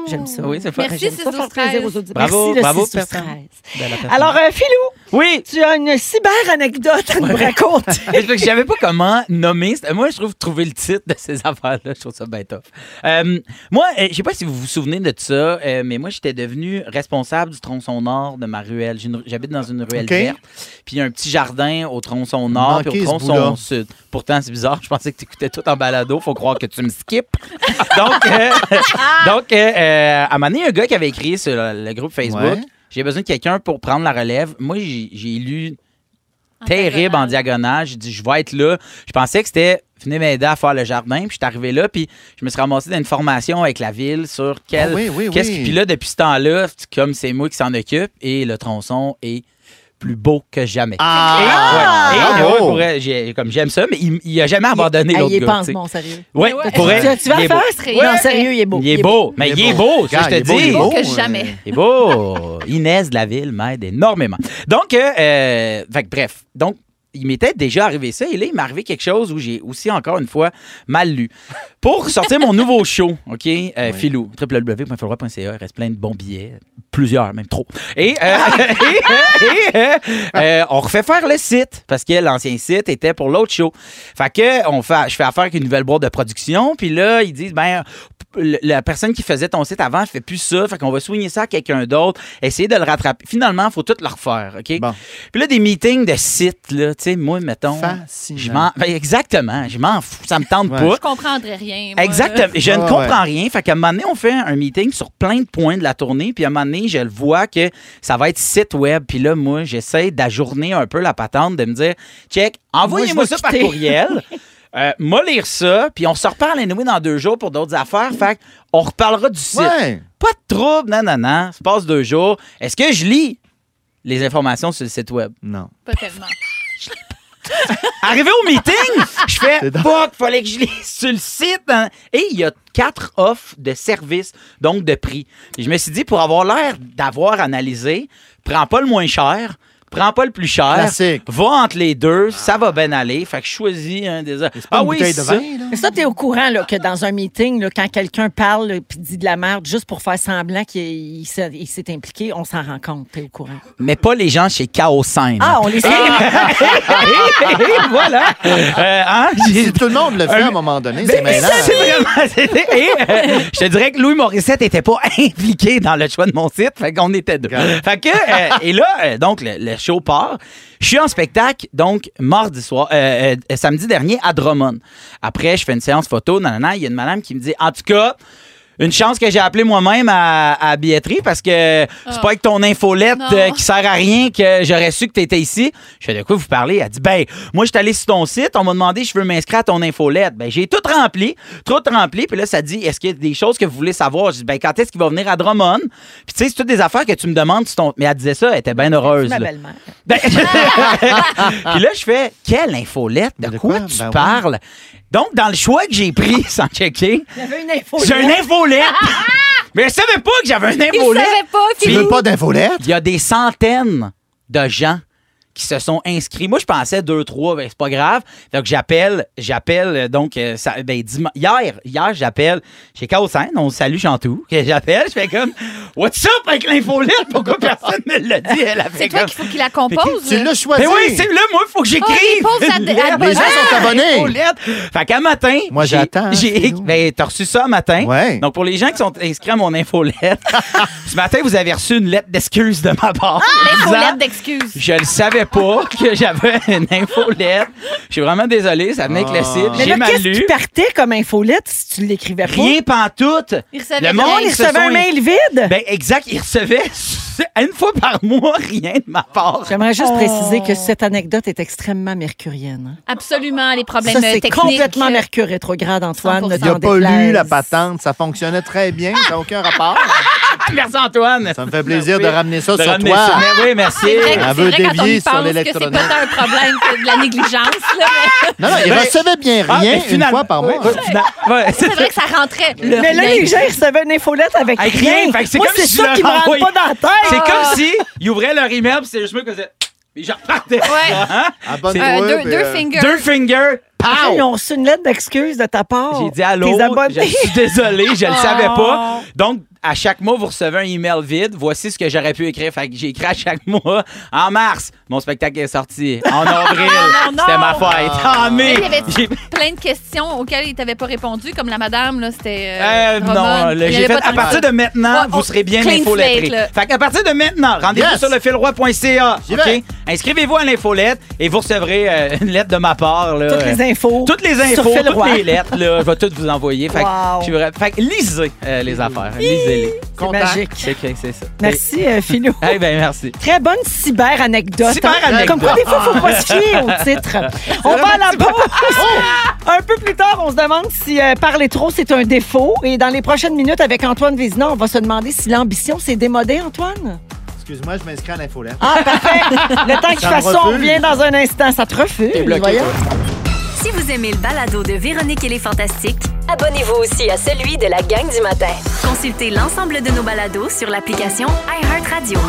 J'aime ça. Oui, c'est fun. Merci, J'aime ça six douze faire plaisir aux treize. auditeurs. Bravo, Merci, le bravo, six douze personne. treize. Belle personne. Alors, euh, Philou, Oui! tu as une cyber-anecdote à nous raconter. Mais c'est parce que je savais pas comment nommer. Moi, je trouve trouver le titre de ces affaires-là, je trouve ça bien tough. Euh, moi, euh, je sais pas si vous vous souvenez de ça, euh, mais moi, j'étais devenu responsable du tronçon nord de ma ruelle. J'ai une- J'habite dans une ruelle OK. verte, puis il y a un petit jardin au tronçon nord puis Manqué au ce tronçon bout-là. sud. Pourtant, c'est bizarre. Je pensais que tu écoutais tout en balado. Faut croire que tu me skippes. donc, euh, donc euh, euh, à un moment donné, il y a un gars qui avait écrit sur le, le groupe Facebook. Ouais. J'ai besoin de quelqu'un pour prendre la relève. Moi, j'ai j'ai lu En terrible en diagonale. diagonale. J'ai dit, je vais être là. Je pensais que c'était venez m'aider à faire le jardin. Puis je suis arrivé là, puis je me suis ramassé dans une formation avec la ville sur quel. Ah oui, oui, qu'est-ce oui. qui. Puis là, depuis ce temps-là, c'est comme c'est moi qui s'en occupe, et le tronçon est plus beau que jamais. Ah! Et, ouais, et, Bravo! ouais, pour vrai, j'ai- comme j'aime ça, mais il, il a jamais abandonné Hey, l'autre il gars. pense tu sais. bon, sérieux. Ouais, Ouais. pour vrai, Tu, tu vas il est le beau. faire? Ouais. Non, sérieux, il est beau. Il est beau, mais il est beau, ça, je te Il est beau, il est dis. beau. Que euh, jamais. Il est beau. Inès de la ville m'aide énormément. Donc, euh, euh, fait que bref. Donc, il m'était déjà arrivé ça. Et là, il m'est arrivé quelque chose où j'ai aussi, encore une fois, mal lu. Pour sortir mon nouveau show, OK, euh, Philou, w w w point philroy point c a, il reste plein de bons billets. Plusieurs, même trop. Et, euh, et, et, euh, euh, on refait faire le site parce que l'ancien site était pour l'autre show. Fait que on fait, je fais affaire avec une nouvelle boîte de production. Puis là, ils disent, ben, le- la personne qui faisait ton site avant, elle fait plus ça. Fait qu'on va soigner ça à quelqu'un d'autre, essayer de le rattraper. Finalement, il faut tout le refaire, OK? Bon. Puis là, des meetings de site, là, tu sais, moi, mettons. Fascinant. Je m'en, ben, exactement, je m'en fous, ça me tente Ouais. pas. Je comprendrais rien. moi. Exactement. Je Ouais, ne ouais, comprends rien. Fait qu'à un moment donné, on fait un meeting sur plein de points de la tournée. Puis à un moment donné, je le vois que ça va être site web. Puis là, moi, j'essaie d'ajourner un peu la patente, de me dire, check, envoyez-moi Moi, je ça vais par quitter. courriel. Euh, moi, lire ça. Puis on se reparle anyway dans deux jours pour d'autres affaires. Fait qu'on reparlera du site. Ouais. Pas de trouble, non, non, non. Ça passe deux jours. Est-ce que je lis les informations sur le site web? Non. Pas tellement. Arrivé au meeting, je fais C'est drôle. fuck, fallait que je lise sur le site. hein. Et il y a quatre offres de services, donc de prix. Puis je me suis dit, pour avoir l'air d'avoir analysé, prends pas le moins cher, prends pas le plus cher. Classique. Va entre les deux, ça va bien aller. Fait que je choisis un des autres. C'est pas Ah une oui, bouteille de ça. vin, là? Mais ça, tu es au courant là, que dans un meeting, là, quand quelqu'un parle et dit de la merde juste pour faire semblant qu'il il s'est il s'est impliqué, on s'en rend compte. Tu es au courant. Mais pas les gens chez Chaos cinq. Ah, on les sait. Et voilà. Euh, hein, j'ai- Si tout le monde le fait à un moment donné, c'est Ben, mêlant. c'est vraiment. c'était- Et, euh, je te dirais que Louis Morissette n'était pas impliqué dans le choix de mon site, fait qu'on était deux. Regarde. Fait que, euh, et là, euh, donc, le, le show part. Je suis en spectacle, donc, mardi soir, euh, euh, samedi dernier, à Drummond. Après, je fais une séance photo. Non, non, non, il y a une madame qui me dit, en tout cas, une chance que j'ai appelé moi-même à, à la billetterie parce que c'est Ah. pas avec ton infolette Non. euh, qui sert à rien que j'aurais su que tu étais ici. Je fais de quoi vous parlez? Elle dit, ben, moi, je suis allé sur ton site, on m'a demandé si je veux m'inscrire à ton infolette. Ben, j'ai tout rempli, tout rempli, puis là, ça dit, est-ce qu'il y a des choses que vous voulez savoir? Je dis, ben, quand est-ce qu'il va venir à Drummond? Puis, tu sais, c'est toutes des affaires que tu me demandes sur ton. Mais elle disait ça, elle était bien heureuse. ma là. belle-mère. Ben, puis là, je fais, quelle infolette? De, De quoi, quoi? tu Ben oui. parles? Donc, dans le choix que j'ai pris sans checker, Il y avait une info. j'ai un infolette. Mais je savais pas que j'avais un Il infolette. savait pas, Tu Philippe. veux pas d'infolette? Il y a des centaines de gens qui se sont inscrits. Moi, je pensais deux, trois, ben, c'est pas grave. Donc, j'appelle, j'appelle, euh, donc, euh, ça, ben, dima- hier, hier, j'appelle chez Chaos cinq, on salue Chantou, que j'appelle, je fais comme, what's up avec l'infolette? Pourquoi personne ne l'a dit? Elle a fait C'est toi comme, qu'il faut qu'il la compose. Tu l'as choisi. ben oui, c'est là, moi, il faut que j'écrive. Oh, les pauvres ad- une lettre. abonnés. Les gens sont abonnés. Infolette. Fait qu'à matin, Moi, j'ai- j'attends, J'ai, Philou. ben, t'as reçu ça un matin. Ouais. Donc, pour les gens qui sont inscrits à mon infolette, ce matin, vous avez reçu une lettre d'excuse de ma part. L'infolette Disant, d'excuses. je le savais pas que j'avais une infolette. Je suis vraiment désolé, ça venait avec le site. Mais J'ai là, mal qu'est-ce qui lu. partait comme infolette si tu l'écrivais pas? Rien pantoute. Il recevait Le rien. monde, Il ils se recevait un sont- mail vide? Ben, exact, il recevait une fois par mois rien de ma part. J'aimerais juste préciser que cette anecdote est extrêmement mercurienne. hein. Absolument, les problèmes Ça, c'est techniques. complètement Mercure rétrograde, Antoine. cent pour ne cent. Il n'a t'en pas déplaise. lu la patente. Ça fonctionnait très bien. Ça n'a aucun rapport. Merci, Antoine. Ça me fait plaisir Oui. de ramener ça De sur ramener toi. ça. Mais oui, merci. C'est vrai, Elle c'est veut vrai quand on dévier y sur pense que c'est l'électronik. pas un problème que de la négligence. Là, mais Non, non, il Ben, recevait bien Ah, rien mais une finalement- fois par mois. Ouais, fina- ouais, c'est c'est vrai que ça rentrait. Le Mais là, rien. les gens, ils recevaient une infolette avec, Avec rien. rien. Fait que c'est Moi, comme c'est si ça tu qui me leur rentre envoyais- pas dans la tête. C'est comme si ils ouvraient leur email, puis c'est juste moi qui faisais. Puis j'en repartais. Ouais. Hein? Abonne-toi. Euh, deux, puis, deux euh, fingers. Deux fingers. Ah, ils ont reçu une lettre d'excuse de ta part. J'ai dit allô, Tes abonnés. je suis désolé, je le Oh. savais pas. Donc, à chaque mois, vous recevez un email vide. Voici ce que j'aurais pu écrire. Fait que j'ai écrit à chaque mois. En mars, mon spectacle est sorti. En avril, non, non. c'était ma fête. En mai, Mais il y avait j'ai... plein de questions auxquelles il t'avait pas répondu, comme la madame, là, c'était. Euh, Euh, non, Drummond. là, Il y j'ai avait fait pas tant à que partir ça. de maintenant, Ouais, vous on- serez bien clean infolettrés. slate, là. Fait qu'à partir de maintenant, rendez-vous Yes. sur le fil roi point c a. J'y OK? vais. Inscrivez-vous à l'infolette et vous recevrez euh, une lettre de ma part. Là, Toutes les Euh, infos. Toutes les Sur infos, Phil toutes Roy. les lettres, là, je vais toutes vous envoyer. Fait que, Wow. je suis vrai- fait que lisez euh, les affaires. Lisez-les. C'est magique. C'est que c'est ça. Merci, euh, Philou. Eh bien, merci. Très bonne cyber-anecdote. Cyber-anecdote. Comme quoi, des fois, il ne faut pas se fier au titre. On va à la pause. Un peu plus tard, on se demande si euh, parler trop, c'est un défaut. Et dans les prochaines minutes, avec Antoine Vézina, on va se demander si l'ambition, c'est démodé, Antoine. Excuse-moi, je m'inscris à l'infolette. Ah, parfait. Le temps qu'il Ça me fasse ça, on refuse. revient dans un instant. Ça te refuse. T'es bloqué, voyons. Si vous aimez le balado de Véronique et les Fantastiques, Abonnez-vous aussi à celui de la gang du matin. consultez l'ensemble de nos balados sur l'application iHeartRadio.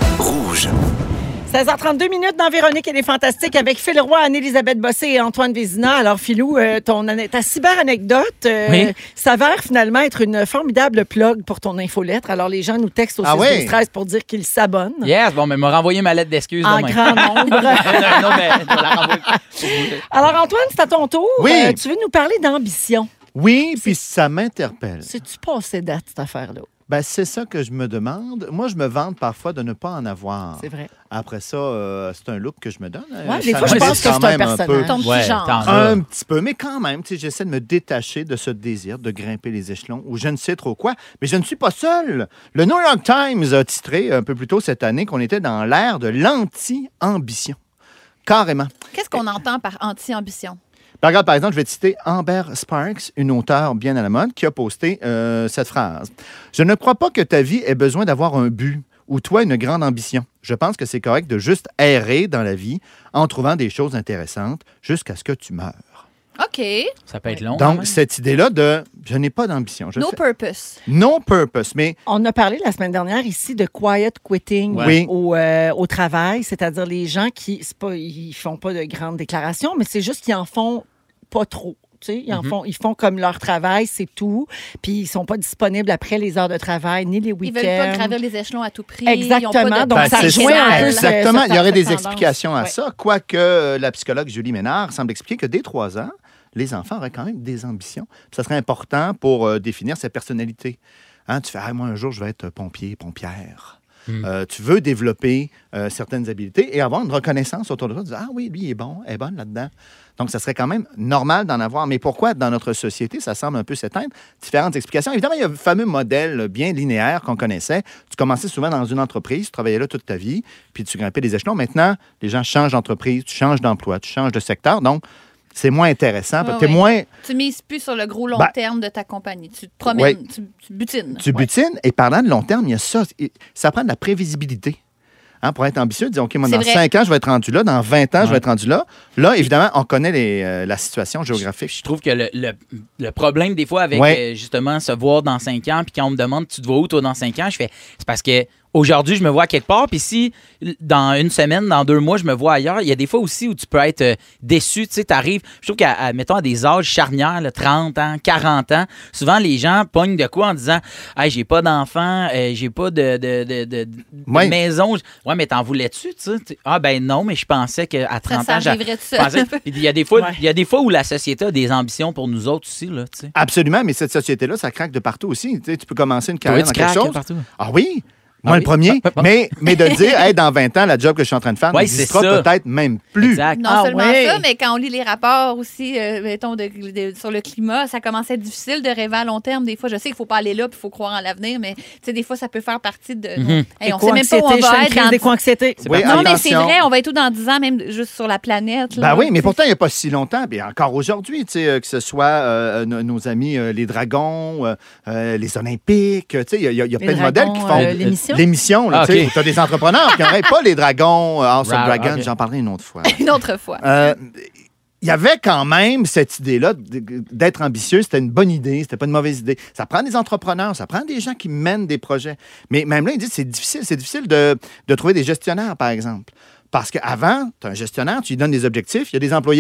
seize heures trente-deux minutes dans Véronique et les Fantastiques avec Phil Roy, Anne-Élisabeth Bossé et Antoine Vézina. Alors, Philou, euh, ton, ane- ta cyber-anecdote euh, Oui. s'avère finalement être une formidable plug pour ton infolettre. Alors, les gens nous textent au Ah six oui? douze treize pour dire qu'ils s'abonnent. Yes, bon, mais m'a renvoyé ma lettre d'excuse En demain. grand nombre. non, non, mais je vais la renvoyer. Alors, Antoine, c'est à ton tour. Oui. Euh, tu veux nous parler d'ambition. Oui, puis ça m'interpelle. C'est-tu passé date, cette affaire-là? Ben, c'est ça que je me demande. Moi, je me vante parfois de ne pas en avoir. C'est vrai. Après ça, euh, c'est un look que je me donne. Ouais, Euh, des ça fois, je me pense laisse que quand c'est un même peu- personnage. Ton petit Ouais, genre. t'en as. Un petit peu, mais quand même, tu sais, j'essaie de me détacher de ce désir de grimper les échelons ou je ne sais trop quoi. Mais je ne suis pas seul. Le New York Times a titré un peu plus tôt cette année qu'on était dans l'ère de l'anti-ambition. Carrément. Qu'est-ce qu'on entend par anti-ambition? Ben, regarde, par exemple, je vais te citer Amber Sparks, une auteure bien à la mode, qui a posté euh, cette phrase. « Je ne crois pas que ta vie ait besoin d'avoir un but ou toi une grande ambition. Je pense que c'est correct de juste errer dans la vie en trouvant des choses intéressantes jusqu'à ce que tu meurs. » OK. Ça peut être long. quand Donc, même. cette idée-là de « je n'ai pas d'ambition. Je No fais- purpose. No purpose. » Mais On a parlé la semaine dernière ici de quiet quitting Oui. au, euh, au travail, c'est-à-dire les gens qui, c'est pas, ils font pas de grandes déclarations, mais c'est juste qu'ils en font pas trop. Tu sais, ils, en font, ils font comme leur travail, c'est tout. Puis ils sont pas disponibles après les heures de travail, ni les Ils week-ends. veulent pas gravir les échelons à tout prix. Exactement. Ils ont pas de Donc, Ben, ça c'est rejoint ça, un peu ce- exactement. cette- Il y aurait des cette tendance. explications à Ouais. ça, quoique euh, la psychologue Julie Ménard semble expliquer que dès trois ans, les enfants auraient quand même des ambitions. Puis ça serait important pour euh, définir sa personnalité. Hein, tu fais, ah, moi, un jour, je vais être pompier, pompière. Euh, tu veux développer euh, certaines habiletés et avoir une reconnaissance autour de toi. Dire, ah oui, lui, il est bon, elle est bonne là-dedans. Donc, ça serait quand même normal d'en avoir. Mais pourquoi, dans notre société, ça semble un peu s'éteindre? Différentes explications. Évidemment, il y a le fameux modèle bien linéaire qu'on connaissait. Tu commençais souvent dans une entreprise, tu travaillais là toute ta vie, puis tu grimpais les échelons. Maintenant, les gens changent d'entreprise, tu changes d'emploi, tu changes de secteur. Donc, c'est moins intéressant. Ouais, tu es ouais. moins... Tu mises plus sur le gros long Ben, terme de ta compagnie. Tu te promènes, ouais. tu, tu butines. Tu butines. Et parlant de long terme, il y a ça. Ça prend de la prévisibilité. Hein, pour être ambitieux, dire, OK, moi, C'est dans vrai. cinq ans, je vais être rendu là. Dans vingt ans, je Ouais. vais être rendu là. Là, évidemment, on connaît les, euh, la situation géographique. Je trouve que le, le- le problème, des fois, avec Ouais. euh, justement se voir dans cinq ans, puis quand on me demande, tu te vois où, toi, dans cinq ans, je fais, c'est parce que aujourd'hui, je me vois quelque part, puis si dans une semaine, dans deux mois, je me vois ailleurs, il y a des fois aussi où tu peux être euh, déçu, tu sais, t'arrives, je trouve qu'à, à, mettons, à des âges charnières, là, trente ans, quarante ans, souvent, les gens pognent de quoi en disant, hey, j'ai pas d'enfant, euh, j'ai pas de, de, de, de- de Ouais. maison. Ouais, mais t'en voulais-tu, tu sais? Tu- Ah, ben non, mais je pensais qu'à Ça, trente ça ans, j'a- arriverait tout je seul. pensais- Puis il y a des fois, Ouais. il y a des fois où la société a des ambitions pour nous autres aussi, là, tu sais. Absolument, mais cette société-là, ça craque de partout aussi. Tu sais, tu peux commencer une Toi, carrière tu dans quelque craques chose. partout. Ah oui? Moi, Ah le oui? premier. Ah, ah, mais, mais de dire, hey, dans vingt ans, la job que je suis en train de faire Ouais, n'existera c'est ça. peut-être même plus. Exact. Non Ah seulement ouais. ça, mais quand on lit les rapports aussi, euh, mettons, de, de- sur le climat, ça commence à être difficile de rêver à long terme. Des fois, je sais qu'il ne faut pas aller là, puis il faut croire en l'avenir, mais tu sais, des fois, ça peut faire partie de... Mhm. Hey, on ne sait même pas où on Éco-anxiété, je fais va une être crise dans... d'éco-anxiété. C'est Oui, parti. Non, mais c'est attention. vrai, on va être où dans dix ans, même juste sur la planète. Là, Ben oui, mais Tu sais. pourtant, il n'y a pas si longtemps, et encore aujourd'hui, tu sais, euh, que ce soit euh, nos, nos amis euh, les Dragons, euh, euh, les Olympiques, tu sais, il y a, il y a- il y a Les plein de modèles qui Dragons, font euh, l'émission? l'émission, là, Ah, tu sais, ok. où tu as des entrepreneurs qui n'auraient pas les Dragons, euh, House of Ra- Dragons, ok. j'en parlerai une autre fois. Une autre fois. Euh, il y avait quand même cette idée-là d- d'être ambitieux. C'était une bonne idée, c'était pas une mauvaise idée. Ça prend des entrepreneurs, ça prend des gens qui mènent des projets. Mais même là, ils disent que c'est difficile. C'est difficile de, de trouver des gestionnaires, par exemple. Parce qu'avant, tu as un gestionnaire, tu lui donnes des objectifs, il y a des employés.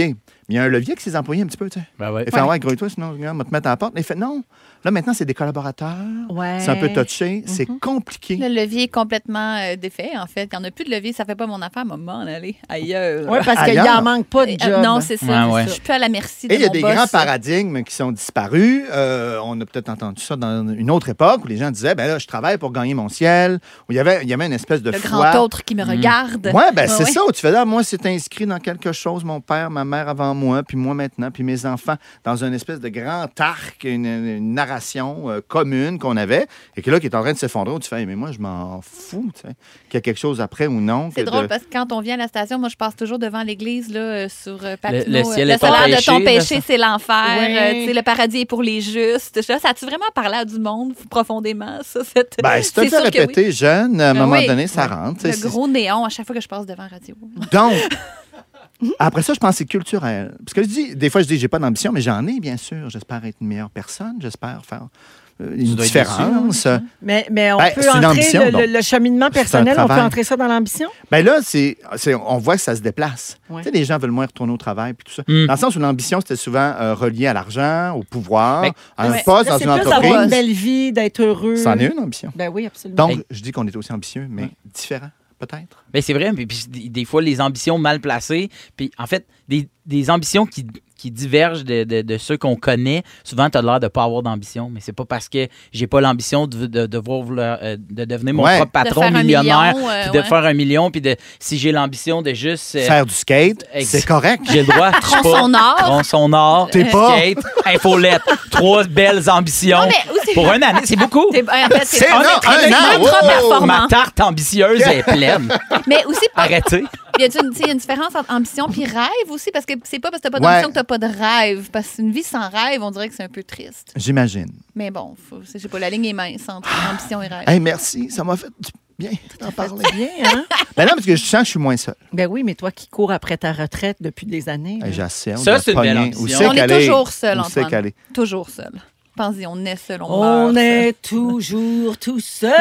il y a un levier avec ses employés un petit peu, tu sais. Ben ouais. Il fait, ouais, grouille-toi, sinon, regarde, on va te mettre à la porte. Il fait, non. Là, maintenant, c'est des collaborateurs. Ouais. C'est un peu touché. C'est compliqué. Le levier est complètement euh, défait, en fait. Quand on n'a plus de levier, ça fait pas mon affaire, maman, aller ailleurs. Oui, parce qu'il Ailleurs. en manque pas de Euh, job. non, c'est ça. Ouais, ouais. Je suis plus à la merci de Et il y a mon des boss. grands paradigmes qui sont disparus. Euh, on a peut-être entendu ça dans une autre époque où les gens disaient, ben là, je travaille pour gagner mon ciel. Où il y avait, il y avait une espèce de Le foi. grand autre qui me regarde. Oui, ben c'est ouais. ça où tu fais là, moi, c'est inscrit dans quelque chose, mon père, ma mère avant moi, puis moi maintenant, puis mes enfants, dans une espèce de grand arc, une, une narration euh, commune qu'on avait, et que là, qui est en train de s'effondrer, où tu fais, hey, mais moi, je m'en fous, tu sais, qu'il y a quelque chose après ou non. C'est que drôle de- parce que quand on vient à la station, moi, je passe toujours devant l'église là, euh, sur euh, Papineau. Le- le ciel euh, est ton salaire de péché, ton là, péché, ça. c'est l'enfer. Ouais. Euh, tu sais, le paradis est pour les justes. Ça, ça a-tu vraiment parlé à du monde profondément, ça? Cette... Ben, si tu as c'est sûr que répété oui. jeune, à un Ben moment oui. donné, ça rentre. tu sais, Le c'est- gros néon à chaque fois que je passe devant la radio. Donc, après ça, je pense que c'est culturel. Parce que je dis, des fois, je dis, j'ai pas d'ambition, mais j'en ai, bien sûr. J'espère être une meilleure personne. J'espère faire euh, une dois être différence. Mais, mais on Ben, peut c'est une entrer ambition, le, donc. le- le cheminement C'est un personnel, on peut travail. entrer ça dans l'ambition? Ben là, c'est, c'est- on voit que ça se déplace. Ouais. Tu sais, les gens veulent moins retourner au travail puis tout ça. Mm. Dans le sens où l'ambition, c'était souvent euh, relié à l'argent, au pouvoir, Ben, à un ouais. poste Là, dans c'est une plus d'avoir une entreprise. belle vie, d'être heureux. C'en est une ambition. Ben oui, absolument. Donc, Hey. je dis qu'on est aussi ambitieux, mais différent, peut-être. Ben, c'est vrai, puis, puis des, des fois, les ambitions mal placées, puis en fait, des, des ambitions qui, qui divergent de, de, de ceux qu'on connaît, souvent, tu as l'air de ne pas avoir d'ambition, mais c'est pas parce que j'ai pas l'ambition de, de, de, voir vouloir, euh, de devenir mon Ouais. propre De patron faire un millionnaire, million, euh, puis de ouais. faire un million, puis de si j'ai l'ambition de juste... euh, Faire du skate, ex- c'est correct. J'ai le droit. je suis pas- Tronçonnard. Tronçonnard. T'es pas- Skate, infolette. Trois belles ambitions. Non, mais aussi- Pour une année, c'est beaucoup. T'es- en fait, C'est on non, est très un an, ultra wow! performant. Ma tarte ambitieuse est pleine. Mais aussi, Arrêtez. il y a une, tu sais, il y a une différence entre ambition puis rêve aussi, parce que c'est pas parce que t'as pas Ouais. d'ambition que t'as pas de rêve. Parce qu'une vie sans rêve, on dirait que c'est un peu triste. J'imagine. Mais bon, faut, je sais pas, la ligne est mince entre ambition et rêve. Hey, merci, ça m'a fait du bien d'en parler. Bien, hein? Ben non, parce que je sens que je suis moins seul. Ben oui, mais toi qui cours après ta retraite depuis des années. Hey, là. j'ai assez hâte Ça, de c'est une belle pogner. ambition. Où c'est On est qu'elle est? toujours seul, Où c'est Antoine. qu'elle est? Toujours seul. Pensez, on est seul, on, On meurt est toujours tout seul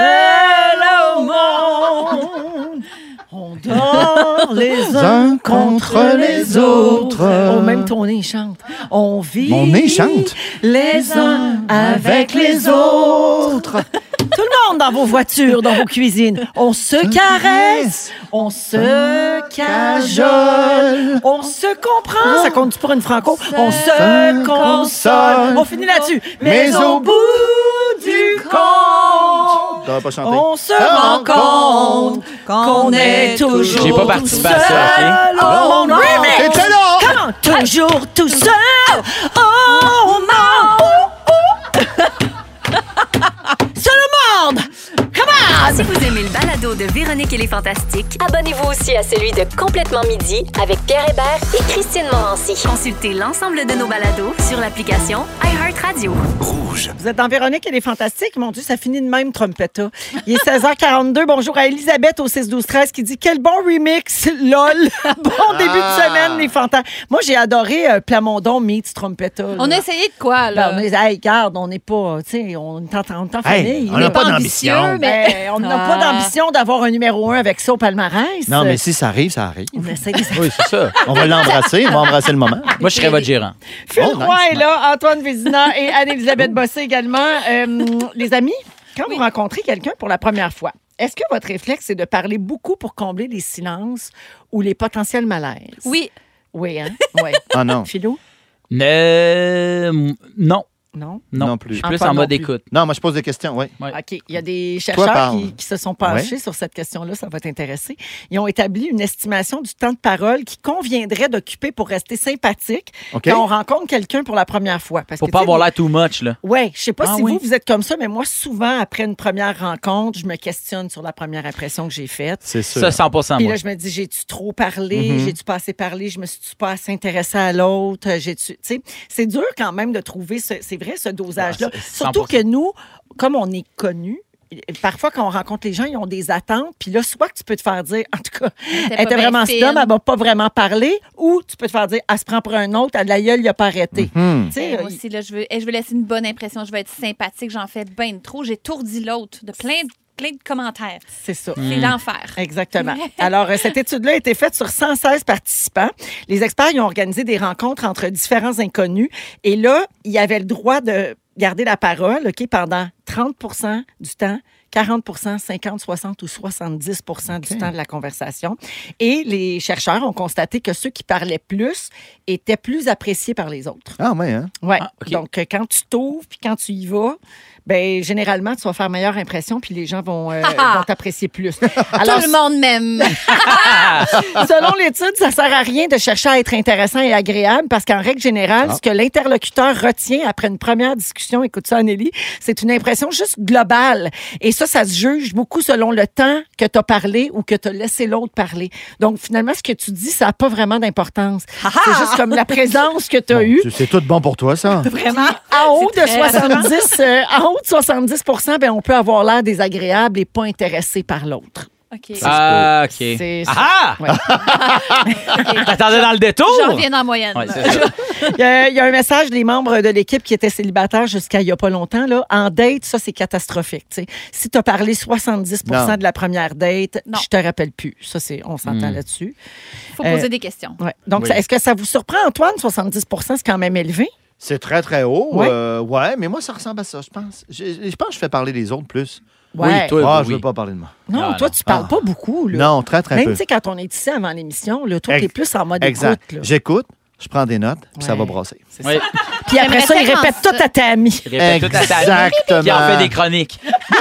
au monde. On dort les uns contre les autres. Oh, même ton nez chante. On vit Mon nez chante? les uns avec les autres. Tout le monde dans vos voitures, dans vos cuisines. On se caresse, on se cajole, on se comprend. Ça compte pour une franco. On se console. On finit là-dessus. Mais au bout du compte, T'aurais pas chanté? on se Ah, rend compte qu'on est toujours J'ai pas participé à ça, tout seul au monde. Remix. T'étais là! Comment? Toujours tout seul au monde. Seul au monde. Comment? Si vous aimez le balado de Véronique et les Fantastiques, abonnez-vous aussi à celui de Complètement Midi avec Pierre Hébert et Christine Morancy. Consultez l'ensemble de nos balados sur l'application iHeartRadio. Vous êtes dans Véronique et les Fantastiques. Mon Dieu, ça finit de même, Trompetta. Il est seize heures quarante-deux. Bonjour à Elisabeth au six douze treize qui dit « Quel bon remix, lol! Bon début de semaine, les Fantastiques. » Moi, j'ai adoré euh, Plamondon meets Trompetta. là. On a essayé de quoi, là? Ben, on est, hey, regarde, on n'est pas, tu sais, on est en, on est en Hey, famille. on là. n'a pas pas d'ambition. ambitieux, mais- Ben, on n'a Ah. pas d'ambition d'avoir un numéro un avec ça au palmarès. Non, mais si ça arrive, ça arrive. On essaie de... Oui, c'est ça. On va l'embrasser, on va embrasser le moment. Moi, je serais votre gérant. Phil Oh, Roy nice. est là, Antoine Vézina et Anne-Élisabeth Bossé également. Euh, les amis, quand vous rencontrez quelqu'un pour la première fois, est-ce que votre réflexe, c'est de parler beaucoup pour combler les silences ou les potentiels malaises? Oui. Oui, hein? Oui. Ah non. Philou? Euh, non. Non? Non, Non plus. Je suis plus Antoine en non mode plus. écoute. Non, moi, je pose des questions, oui. Ouais. OK. Il y a des chercheurs parle. qui, qui se sont penchés sur cette question-là. Ça va t'intéresser. Ils ont établi une estimation du temps de parole qui conviendrait d'occuper pour rester sympathique OK? quand on rencontre quelqu'un pour la première fois. Parce Faut que, pas tu sais, avoir l'air too much, là. Oui, je sais pas Ah si oui. vous, vous êtes comme ça, mais moi, souvent, après une première rencontre, je me questionne sur la première impression que j'ai faite. C'est sûr. Ça, cent pour cent Puis moi. là, je me dis, j'ai-tu trop parlé? Mhm. J'ai-tu pas assez parlé? Je me suis pas assez intéressée à l'autre? J'ai-tu... Tu sais, c'est dur quand même de trouver, ce, c'est vrai, ce dosage-là. Ah, c'est Surtout cent pour cent. que nous, comme on est connus, parfois, quand on rencontre les gens, ils ont des attentes. Puis là, soit que tu peux te faire dire, en tout cas, elle pas était bien vraiment fine. stom, elle m'a pas vraiment parlé. Ou tu peux te faire dire, elle se prend pour un autre, elle la gueule, il a pas arrêté. Hmm. Tu sais, Hey, moi euh, aussi, là, je veux, hey, je veux laisser une bonne impression. Je veux être sympathique. J'en fais bien trop. J'ai tourdi l'autre de plein de plein de commentaires. C'est ça. C'est l'enfer. Exactement. Alors, euh, cette étude-là a été faite sur cent seize participants. Les experts ils ont organisé des rencontres entre différents inconnus. Et là, il y avait le droit de garder la parole OK, pendant trente pour cent du temps, quarante pour cent, cinquante, soixante ou soixante-dix pour cent du OK. temps de la conversation. Et les chercheurs ont constaté que ceux qui parlaient plus étaient plus appréciés par les autres. Ah, ouais, hein? Ouais. Ah, OK. Donc, euh, quand tu t'ouvres puis quand tu y vas, ben généralement, tu vas faire meilleure impression puis les gens vont, euh, vont t'apprécier plus. Alors, Tout le monde m'aime. selon l'étude, ça sert à rien de chercher à être intéressant et agréable parce qu'en règle générale, Ah. ce que l'interlocuteur retient après une première discussion, écoute ça, Anneli, c'est une impression juste globale. Et ça, ça se juge beaucoup selon le temps que tu as parlé ou que tu as laissé l'autre parler. Donc, finalement, ce que tu dis, ça n'a pas vraiment d'importance. C'est juste comme la présence que tu as eue. C'est tout bon pour toi, ça. Vraiment. En haut de C'est très soixante-dix, euh, en haut de soixante-dix pour cent, ben, on peut avoir l'air désagréable et pas intéressé par l'autre. OK. Ah, OK. C'est ça. Ah! Ouais. T'attendais dans le détour? J'en reviens en moyenne. Ouais, c'est ça. Il y, a, il y a un message des membres de l'équipe qui étaient célibataires jusqu'à il n'y a pas longtemps. Là. En date, ça, c'est catastrophique. T'sais. Si tu as parlé soixante-dix pour cent Non. de la première date, Non. je te rappelle plus. Ça, c'est, on s'entend Mm. là-dessus. Il faut poser Euh, des questions. Ouais. Donc, Oui. ça- est-ce que ça vous surprend, Antoine? soixante-dix pour cent, c'est quand même élevé. C'est très, très haut. Ouais. Euh, ouais, mais moi, ça ressemble à ça, je pense. Je, je pense que je fais parler les autres plus. Oui, toi, Ah, oui. je veux pas parler de moi. Non, Ah, toi, non. tu parles Ah. pas beaucoup. Là. Non, très, très Même, peu. tu sais, quand on est ici avant l'émission, là, toi, Ex- t'es plus en mode Exact. écoute. Là. J'écoute, je prends des notes, puis ça Ouais. va brasser. C'est Oui. ça. Puis après ça, il J'aimerais répète tellement tout à ta amie. Il répète tout à ta Exactement. Puis en fait des chroniques.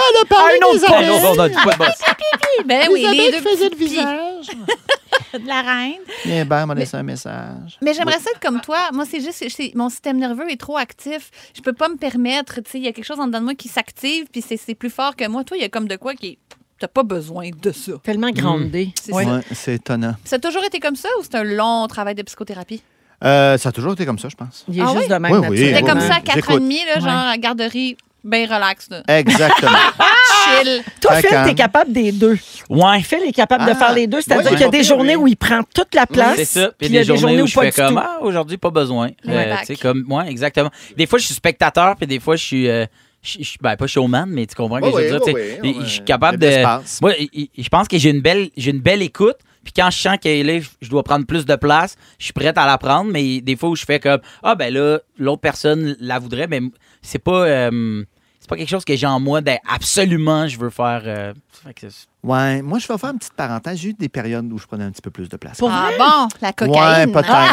Un autre Ah, non, on a dit pas de boss. Ben oui, les deux faisait le petits visage. pieds de la reine. Bien, ben, m'a laissé un message. Mais j'aimerais ça être comme toi. Moi, c'est juste que c'est- mon système nerveux est trop actif. Je peux pas me permettre. Tu sais, il y a quelque chose en dedans de moi qui s'active, puis c'est c'est plus fort que moi. Toi, il y a comme de quoi qui. T'as pas besoin de ça. Tellement grandé. C'est Ouais. ça. Ouais, c'est étonnant. Ça a toujours été comme ça ou c'est un long travail de psychothérapie? Euh, ça a toujours été comme ça, je pense. Il est Ah juste oui? de même Oui, oui. naturellement. C'était comme oui. ça à quatre J'écoute. ans et demi, là, genre Ouais. à garderie, bien relax. Là. Exactement. Chill. Toi, Très Phil, calme. t'es capable des deux. Ouais. Phil est capable de Ah, faire les deux. C'est-à-dire ouais, qu'il y a ouais. des journées Oui. où il prend toute la place. C'est ça. Puis il y a des journées où je pas fais du comme, tout. ah, aujourd'hui, pas besoin. Ouais, Euh, back. tu sais, comme, moi, exactement. Des fois, je suis spectateur, puis des fois, je suis. euh, je je suis ben, pas showman, mais tu comprends ce que Oui, je veux oui, dire. tu sais. oui, oui, Et oui. Je suis capable Il y a de de. l'espace. Moi, i- i- je pense que j'ai une belle, j'ai une belle écoute. Puis quand je sens que là, je dois prendre plus de place, je suis prête à la prendre. Mais des fois où je fais comme, ah, ben là, l'autre personne la voudrait, mais c'est pas. euh, c'est pas quelque chose que j'ai en moi d'être absolument, je veux faire. euh, fait que c'est- Ouais, moi, je vais faire une petite parenthèse. J'ai eu des périodes où je prenais un petit peu plus de place. Pour Ah vrai? bon, la Ouais, cocaïne.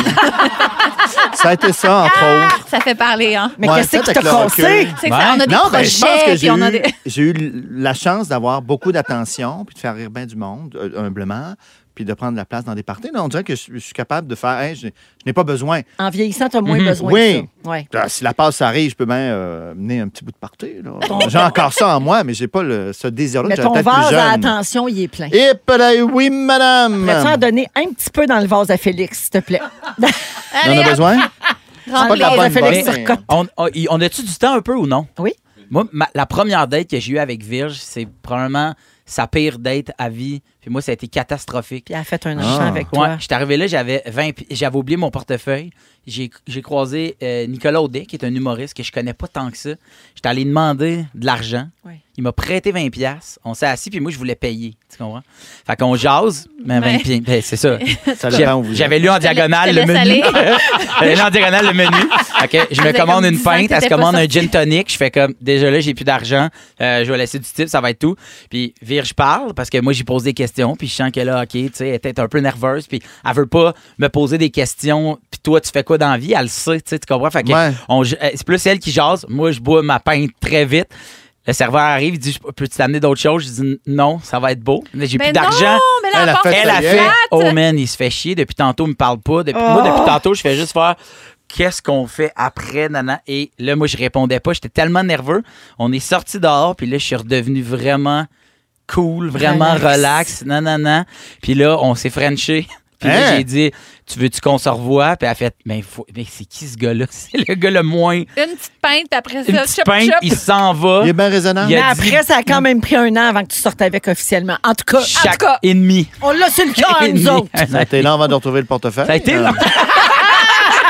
peut-être. Ça a été ça, entre autres. Ça fait parler, hein? Mais Ouais, qu'est-ce qui peut-être t'a avec le cassé? recul. C'est que Ouais. ça, on a des Non, ben, je pense projets, que puis j'ai on a eu, des... j'ai eu la chance d'avoir beaucoup d'attention, puis de faire rire bien du monde, euh, humblement, puis de prendre la place dans des parties. Là, on dirait que je, je suis capable de faire, hey, je, je n'ai pas besoin. En vieillissant, t'as moins Mhm. besoin Oui. de ça. Ouais. Ah, si la passe arrive, je peux bien euh, mener un petit bout de party. là. J'ai encore ça en moi, mais j'ai pas le, ce désir-là. Mais J'étais ton peut-être plus vase à jeune. attention, il est plein. Et peut-être, oui, madame. Pourrais-tu en donner un petit peu dans le vase à Félix, s'il te plaît? On Allez, a besoin? remplis. pas de la Le vase à bonne Félix bonne. Turcotte. On, on, y- on a-tu du temps un peu ou non? Oui. Moi, ma- la première date que j'ai eue avec Virge, c'est probablement sa pire date à vie. Puis moi, ça a été catastrophique. Puis elle a fait un Ah. enchant avec toi. Ouais, j'étais arrivé là, j'avais vingt pi- j'avais oublié mon portefeuille. J'ai j'ai croisé euh, Nicolas Audet, qui est un humoriste que je connais pas tant que ça. J'étais allé demander de l'argent. Ouais. Il m'a prêté vingt piastres. On s'est assis, puis moi, je voulais payer. Tu comprends? Fait qu'on jase, mais Ouais. vingt pieds, ben, c'est ça. Ça J'ai- dépend où vous êtes. J'avais lu en te la- diagonale je te le laisse menu. aller. J'avais lu en diagonale le menu. Ok, je me faisait commande comme une dix ans pinte, que elle se t'étais pas commande un sorti. gin tonic. Je fais comme, déjà là, j'ai plus d'argent. Euh, je vais laisser du type, ça va être tout. Puis Virge parle, parce que moi, j'y pose des questions, puis je sens qu'elle là, OK, tu sais, elle était un peu nerveuse, puis elle veut pas me poser des questions. Puis toi, tu fais quoi dans la vie? Elle le sait, tu sais, tu comprends? Fait que Ouais. on- je- euh, c'est plus elle qui jase. Moi, je bois ma pinte très vite. Le serveur arrive, il dit, peux-tu t'amener d'autres choses? Je dis, non, ça va être beau. Mais J'ai Mais plus d'argent. non, mais la Elle a porte fait est Elle a ça y est. fait, plate. oh man, il se fait chier. Depuis tantôt, il me parle pas. Depuis, Moi, depuis tantôt, je fais juste faire, qu'est-ce qu'on fait après, nana? Et là, moi, je répondais pas. J'étais tellement nerveux. On est sorti dehors, puis là, je suis redevenu vraiment cool, vraiment Relax. relax. Non, non, non. Puis là, on s'est frenché. Puis là, Hein? j'ai dit, tu veux-tu qu'on se revoie? Puis elle a fait, mais, faut- mais c'est qui ce gars-là? C'est le gars le moins. Une petite pinte, puis après ça, Une petite chop, pinte, chop. il s'en va. Il est bien raisonnable. Il Mais a dit- après, ça a quand même pris un an avant que tu sortes avec officiellement. En tout cas, en Chaque tout cas ennemi. on l'a sur le cœur, nous autres. Ça a été long avant de retrouver le portefeuille. Ça a été Euh, long.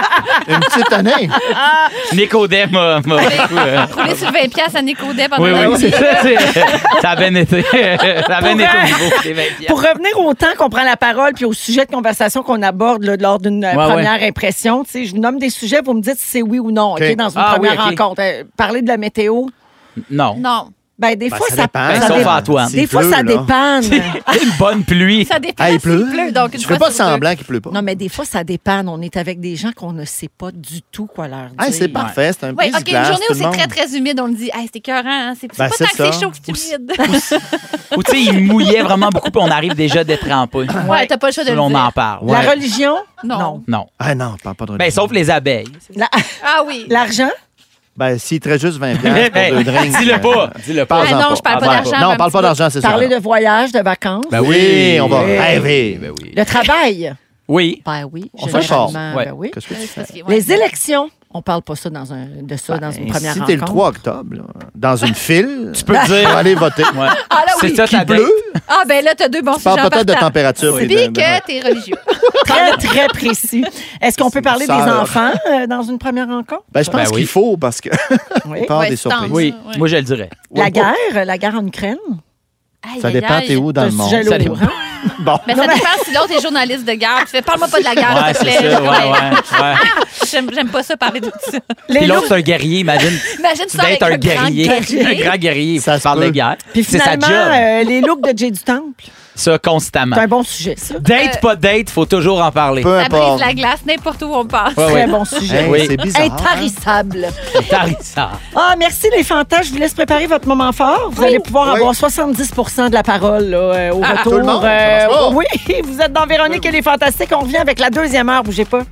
Une petite année. Nicodem m'a m'a beaucoup... euh, Rouler sur vingt piastres à Nicodem pendant Oui, la oui, nuit. c'est ça. c'est- Ça a bien été. Ça a bien Pour, été au euh, niveau des vingt piastres. Pour revenir au temps qu'on prend la parole puis au sujet de conversation qu'on aborde là, lors d'une euh, Ouais, première impression, tu sais, je vous nomme des sujets, vous me dites si c'est oui ou non, OK, OK. dans une Ah, oui, première OK. rencontre. Euh, parler de la météo, Non. Non. ben des Ben, fois, ça ça, dépend. Ben, ça sauf dé- Antoine. Des S'il fois, pleut, ça là. dépanne. Une bonne pluie. Ça dépend Ah, il s'il pleut. pleut. Donc, une Je fois fais pas sur deux. semblant qu'il pleut pas. Non, mais des fois, ça dépanne. On est avec des gens qu'on ne sait pas du tout quoi leur dire. Ah, c'est parfait, c'est un Oui, brise OK, une glace, journée tout où le c'est monde. très, très humide, on le dit, hey, c'est écœurant, hein? C'est c'est Ben, pas c'est tant que ça. c'est chaud que c'est humide. Ou tu sais, il mouillait vraiment beaucoup, puis on arrive déjà détrempé. Ouais, t'as pas le choix de le On dire. en parle. La Ouais. religion? Non. Non. Ah non, parle pas de Ben, religion. sauf les abeilles. La- Ah oui. L'argent? Ben, s'il te reste juste vingt piastres pour Ben, deux drinks. dis-le euh, pas. Dis-le pas. parle-en Ah non, je parle pas Ah, d'argent. Non, un on parle petit pas peu. d'argent, c'est ça. Parler de voyage, de vacances? Ben Oui, on va Oui. rêver. Ben oui. Le travail? Oui. Ben oui. On fait fort. généralement, Ouais. ben oui. Qu'est-ce que tu C'est fais? parce que- ouais. Les élections? On parle pas ça dans, un, de ça dans une Ben, première si rencontre. t'es le trois octobre, là, dans une file, tu peux dire- aller voter. Ouais. Ah là oui. C'est ça ta Il pleut, date. Ah ben là, t'as deux bons tu sujets parles en peut-être de partant. température. Puis puis de- de- que t'es religieux. Très, très précis. Est-ce qu'on peut parler des Ça- enfants euh, dans une première rencontre? Ben, je pense Ben oui. qu'il faut parce que Oui. il peut y avoir Ouais, des c'est surprises. tense. Oui, Ouais. moi je le dirais. La guerre, la guerre en Ukraine. Aïe, Ça aïe, dépend, aïe. t'es où dans C'est le un monde. sujet Ça lourd, dépend. hein? Bon. Mais ça dépend si l'autre est journaliste de guerre. Tu fais, parle-moi pas de la guerre, Ouais, s'il te c'est plaît. ça. Ouais, ouais, ouais. J'aime, j'aime pas ça parler de tout ça. Les Puis l'autre, loups- c'est un guerrier, imagine. Imagine Tu ça avec dates un un grand guerrier. guerrier. Un grand guerrier. Ça Ça se parle de peut. guerre. Puis C'est sa finalement, job. euh, les looks de Jay du Temple. Ça, constamment. C'est un bon sujet, ça. Date, pas date, faut toujours en parler. Peu Ça brise importe. la glace n'importe où on passe. Ouais, Très ouais. bon sujet. Hey, Oui. C'est bizarre. hein? Intarissable. Tarissa. Ah, merci les fantas. Je vous laisse préparer votre moment fort. Vous allez pouvoir Oui. avoir soixante-dix pour cent de la parole là, euh, au Ah, retour. tout le monde, ça marche pas. oui, vous êtes dans Véronique et les Fantastiques. On revient avec la deuxième heure. Bougez pas.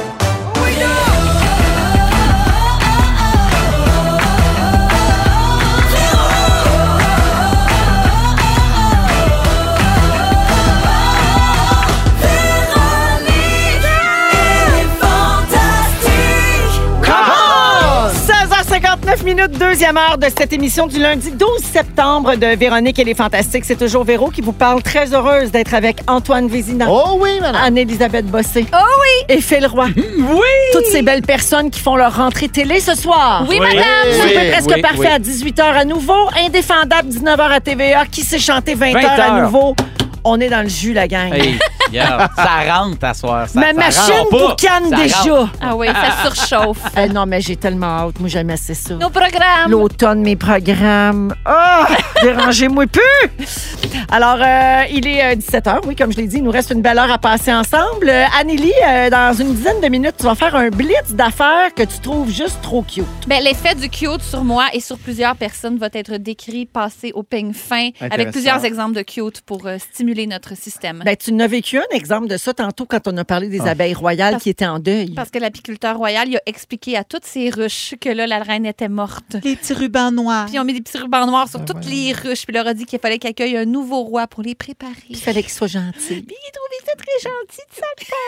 seize heures cinquante-neuf minutes, deuxième heure de cette émission du lundi douze septembre de Véronique et les Fantastiques. C'est toujours Véro qui vous parle. Très heureuse d'être avec Antoine Vézina, Oh oui, madame. Anne-Élisabeth Bossé. Oh oui! Et Phil Roy. Oui! Toutes ces belles personnes qui font leur rentrée télé ce soir. Oui, Oui. madame! Souper Oui, presque oui, parfait oui. à dix-huit heures à nouveau. Indéfendable, dix-neuf heures à T V A. Qui s'est chanté vingt heures vingt à heures. nouveau? On est dans le jus, la gang. Hey, regarde, ça rentre à soir. Ça, Ma ça machine rentre pas. boucane Ça déjà. rentre. Ah oui, ça surchauffe. Eh non, mais j'ai tellement hâte. Moi, j'aime assez ça. Nos programmes. L'automne, mes programmes. Ah! Dérangez-moi plus! Alors, euh, il est euh, dix-sept heures, oui, comme je l'ai dit. Il nous reste une belle heure à passer ensemble. Euh, Anneli, euh, dans une dizaine de minutes, tu vas faire un blitz d'affaires que tu trouves juste trop cute. Ben, l'effet du cute sur moi et sur plusieurs personnes va être décrit, passé au peigne fin, avec Intéressant. plusieurs exemples de cute pour euh, stimuler notre système. Ben, tu n'as vécu un exemple de ça tantôt quand on a parlé des Ah. abeilles royales Parce- qui étaient en deuil. Parce que l'apiculteur royal, il a expliqué à toutes ces ruches que là, la reine était morte. Les petits rubans noirs. Puis ils ont mis des petits rubans noirs sur Ben toutes voyons. les ruches. Puis il leur a dit qu'il fallait qu'il accueille un nouveau roi pour les préparer. Il fallait qu'il soit gentil. Puis il trouvait ça très gentil de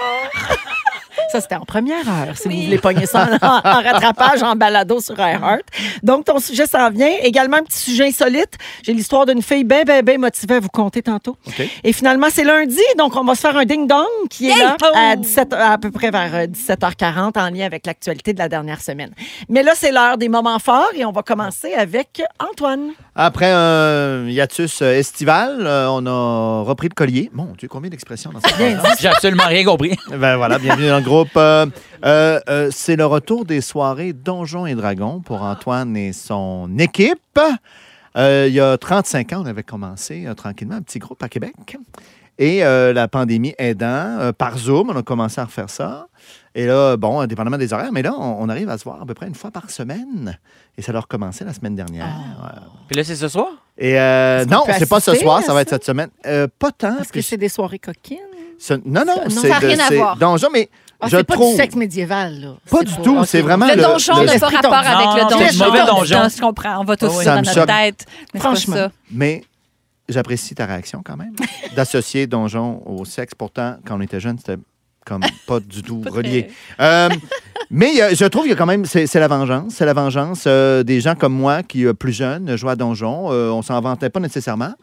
sa part. Ça, c'était en première heure, si Oui. vous voulez pogner ça en, en rattrapage, en balado sur iHeart. Donc, ton sujet s'en vient. Également, un petit sujet insolite. J'ai l'histoire d'une fille bien, bien, bien motivée à vous conter tantôt. OK. Et finalement, c'est lundi, donc on va se faire un ding-dong qui est Yay! là Oh! à, dix-sept, à peu près vers euh, dix-sept heures quarante en lien avec l'actualité de la dernière semaine. Mais là, c'est l'heure des moments forts et on va commencer avec Antoine. Après un hiatus euh, estival, euh, on a repris le collier. Mon Dieu, combien d'expressions dans cette phrase? J'ai absolument rien compris. Ben voilà, bienvenue dans le groupe. Euh, euh, euh, c'est le retour des soirées Donjons et Dragons pour Antoine et son équipe. Euh, il y a trente-cinq ans, on avait commencé euh, tranquillement un petit groupe à Québec. Et euh, la pandémie aidant, euh, par Zoom, on a commencé à refaire ça. Et là, bon, indépendamment des horaires, mais là, on, on arrive à se voir à peu près une fois par semaine. Et ça a recommencé la semaine dernière. Ouais. Puis là, c'est ce soir? Et euh, Est-ce qu'on non, peut c'est pas ce assister soir, à ça va être ça? cette semaine. Euh, pas tant. Est-ce que puis c'est des soirées coquines? ce- non, non, Ça- non. c'est Ça a de- rien à c'est voir. Donjon, mais Ah, je c'est pas trouve. du sexe médiéval, là. Pas C'est du tout, c'est vraiment Le le- donjon le- n'a pas l'esprit rapport donjon. avec le Non, donjon. c'est le mauvais donjon. Non, je comprends. On va tous Ah oui. ça Ça dans me notre choque. tête. Mais c'est pas Franchement. ça. Mais j'apprécie ta réaction quand même. D'associer donjon au sexe. Pourtant, quand on était jeune, c'était comme pas du tout Pas relié. Euh, mais il y a- je trouve qu'il y a quand même, c'est c'est la vengeance. C'est la vengeance euh, des gens comme moi qui, euh, plus jeunes, jouaient à donjon. Euh, on s'en vantait pas nécessairement.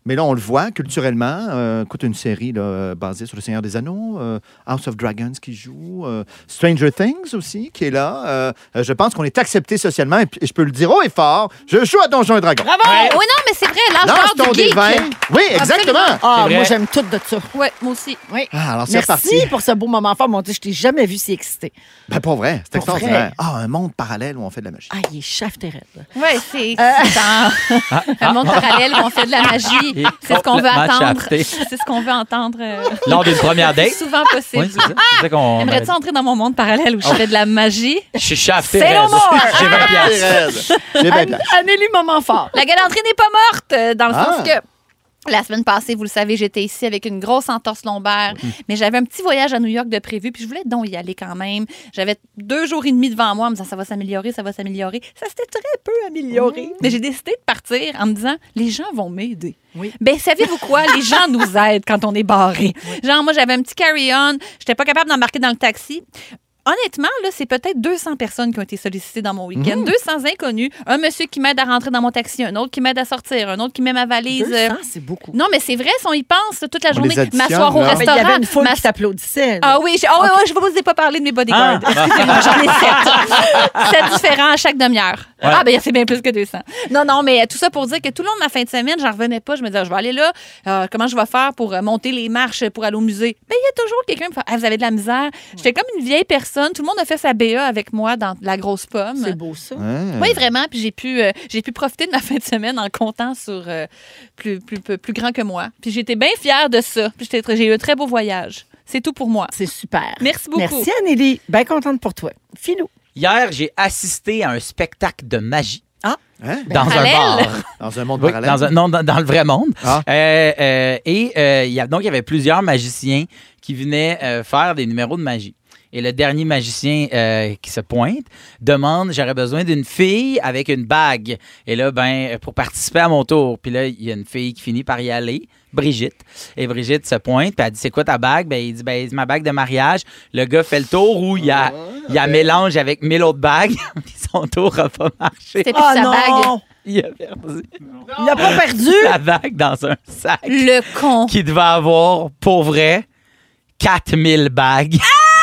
Mais là, on le voit culturellement. Euh, écoute, une série là, basée sur Le Seigneur des Anneaux, euh, House of Dragons qui joue, euh, Stranger Things aussi qui est là. Euh, je pense qu'on est accepté socialement et, et je peux le dire haut et fort. Je joue à Donjons et Dragons. Bravo! Oui, non, mais c'est vrai, l'âge Lance d'or ton du dé geek. vingt. Oui, exactement. Ah, vrai. moi, j'aime tout de ça. Oui, moi aussi. Oui. Ah, alors c'est Merci reparti. pour ce beau moment fort. Mon Dieu, je t'ai jamais vu si excité. Ben, pas vrai. C'est Pour extraordinaire. vrai. Ah, un monde parallèle où on fait de la magie. Ah, il est chafté raide. Oui, c'est excitant. Un monde parallèle où on fait de la magie. Et C'est ce qu'on veut complètement entendre. shafté. C'est ce qu'on veut entendre euh, Lors d'une première le date. plus souvent possible. Oui, c'est ça. C'est ça qu'on. Aimerais-tu entrer dans mon monde parallèle où je fais de la magie? Je suis shafté. C'est raide. no more! J'ai vingt piastres. J'ai bien An- Anneli, moment fort. La galanterie n'est pas morte, euh, dans le Ah. sens que la semaine passée, vous le savez, j'étais ici avec une grosse entorse lombaire, mais j'avais un petit voyage à New York de prévu, puis je voulais donc y aller quand même. J'avais deux jours et demi devant moi en me disant ça va s'améliorer, ça va s'améliorer. Ça s'était très peu amélioré. Mais j'ai décidé de partir en me disant les gens vont m'aider. Oui. Ben, savez-vous quoi? Les gens nous aident quand on est barré. Genre, moi, j'avais un petit carry-on, j'étais pas capable d'embarquer dans le taxi. Honnêtement, là, c'est peut-être deux cents personnes qui ont été sollicitées dans mon week-end. deux cents inconnus. Un monsieur qui m'aide à rentrer dans mon taxi, un autre qui m'aide à sortir, un autre qui met ma valise. deux euh, cents, c'est beaucoup. Non, mais c'est vrai, si on y pense toute la On journée. les additionne, M'asseoir au là. Ah, mais il y restaurant. avait une foule m'ass- qui t'applaudissait. là. Ah oui, je, oh, ouais, ouais, je vous ai pas parlé de mes bodyguards. Ah. Excusez-moi, j'en ai sept. Sept différents à chaque demi-heure. Ouais. Ah, ben c'est bien plus que deux cents. Non, non, mais tout ça pour dire que tout le long de ma fin de semaine, j'en revenais pas. Je me disais, je vais aller là. Euh, comment je vais faire pour euh, monter les marches pour aller au musée? Ben, il y a toujours quelqu'un qui me fait, ah, vous avez de la misère. J'étais comme une vieille personne. Tout le monde a fait sa B E avec moi dans la grosse pomme. C'est beau, ça. Oui, vraiment. Puis j'ai pu, euh, j'ai pu profiter de ma fin de semaine en comptant sur euh, plus, plus, plus, plus grand que moi. Puis j'étais bien fière de ça. Puis j'étais très- j'ai eu un très beau voyage. C'est tout pour moi. C'est super. Merci beaucoup. Merci, Anneli. Bien contente pour toi. Filou. Hier, j'ai assisté à un spectacle de magie Hein? dans un Parallèle? bar. Dans un monde Oui, parallèle. dans un- non, dans, dans le vrai monde. Ah. Euh, euh, et euh, il y a, donc, il y avait plusieurs magiciens qui venaient euh, faire des numéros de magie. Et le dernier magicien euh, qui se pointe demande, j'aurais besoin d'une fille avec une bague. Et là, ben, pour participer à mon tour. Puis là, il y a une fille qui finit par y aller, Brigitte. Et Brigitte se pointe, puis elle dit, c'est quoi ta bague? Ben, il dit, ben, c'est ma bague de mariage. Le gars fait le tour où il y a, il y a mélange avec mille autres bagues. Puis son tour n'a pas marché. C'était plus Ah sa non! bague. Il a perdu Il n'a pas perdu. la bague dans un sac Le con. qui devait avoir, pour vrai, quatre mille bagues.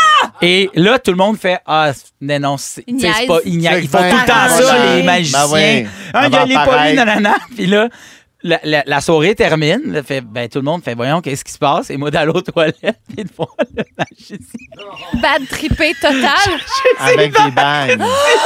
Et là, tout le monde fait ah non non c'est Ils tu sais, c'est niaisent. pas ils niaisent. Ils font tout le temps arrangé. ça les magiciens. Ben oui. Ah, il Ça va l'est pas pareil. eu nanana. Puis là la, la, la soirée termine, là, fait, ben, tout le monde fait voyons qu'est-ce qui se passe et moi dans l'autre toilette puis ils font le magicien. Bad trippé total. Avec des bagues.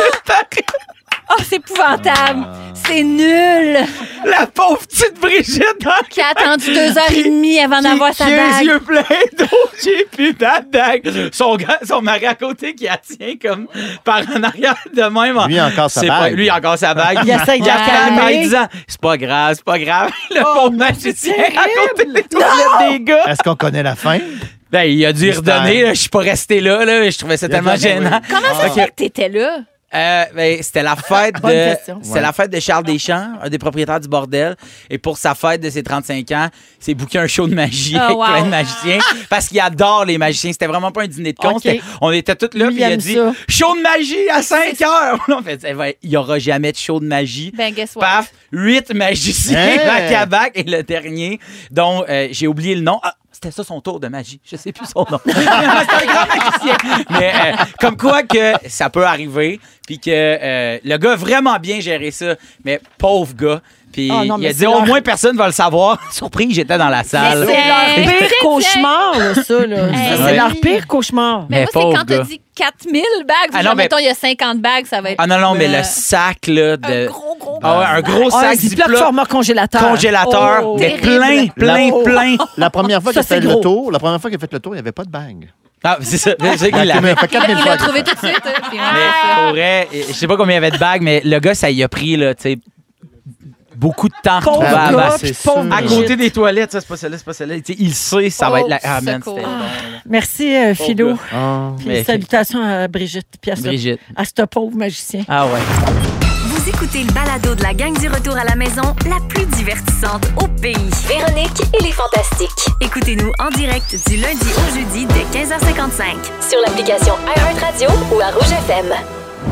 Oh, c'est épouvantable. C'est nul. La pauvre petite Brigitte dans le Qui a attendu deux heures et demie avant d'avoir sa qui a les bague. yeux pleins d'eau, j'ai plus ma bague. Son, gars, son mari à côté qui la tient comme par en arrière de même. Lui, encore sa C'est bague. pas- lui, il a encore sa bague. Il essaie de Il la a calmé en calmer. disant c'est pas grave, c'est pas grave. Le Oh, pauvre mais magicien c'est à côté des toilettes des gars. Est-ce qu'on connaît la fin? Ben, il a dû y Mystère. redonner. là. Je suis pas resté là, là. Je trouvais ça Il a tellement jamais- gênant. Comment ça Ok. se fait que t'étais là? Euh, ben, c'était la fête Bonne de question. c'était Ouais. la fête de Charles Deschamps, un des propriétaires du bordel, et pour sa fête de ses trente-cinq ans, c'est booké un show de magie Oh, avec wow. plein de magiciens parce qu'il adore les magiciens. C'était vraiment pas un dîner de cons, OK. c'était- on était tous là Lui, puis il a aime dit ça. show de magie à cinq heures. On fait eh ben, il y aura jamais de show de magie. Ben, guess what? Paf, huit magiciens Hey! back à back et le dernier dont euh, j'ai oublié le nom. Ah, c'était ça son tour de magie. Je sais plus son nom. C'était un grand magicien. Mais euh, comme quoi que ça peut arriver, puis que euh, le gars a vraiment bien géré ça, mais pauvre gars. Puis Ah non, il mais a c'est dit au leur- moins personne va le savoir. Surpris, j'étais dans la salle. Mais C'est leur pire cauchemar, là, ça. Là. Hey. Ça, c'est Ouais. leur pire cauchemar. Mais, Mais moi, c'est pauvre quand t'as gars. dit quatre mille bagues. Ah Genre, non, mais- mettons, il y a cinquante bagues, ça va être. Ah non, non, mais Euh, le sac là, de. Un gros, gros, Ah ouais, un gros Ah, sac c'est Ziploc Ziploc format congélateur. congélateur, Oh, mais terrible. plein, plein, Oh. plein. La première fois Ça, qu'il a fait c'est le gros. tour, la première fois qu'il a fait le tour, il n'y avait pas de bague. Ah, c'est ça. C'est ça Il qu'il l'avait. a fait quatre mille Il fois. l'a trouvé tout de suite. hein, puis, ouais, Mais c'est ça. pour vrai, je sais pas combien il y avait de bagues, mais le gars, ça y a pris, là, tu sais, beaucoup de temps à Pauvre retrouver à gars, battre. puis c'est pauvre sûr. À Brigitte. côté des toilettes, ça, c'est pas celle-là, c'est pas celle-là. Tu sais, il sait, ça va être la. Ah, man, secours. c'était bon. Merci, euh, Philo. gars. Ah. Puis Mais- salutations à Brigitte. Puis à ce, Brigitte. à ce pauvre magicien. Ah ouais. Vous écoutez le balado de la gang du retour à la maison, la plus divertissante au pays. Véronique et les Fantastiques. Écoutez-nous en direct du lundi au jeudi dès quinze heures cinquante-cinq. Sur l'application iHeartRadio ou à Rouge F M.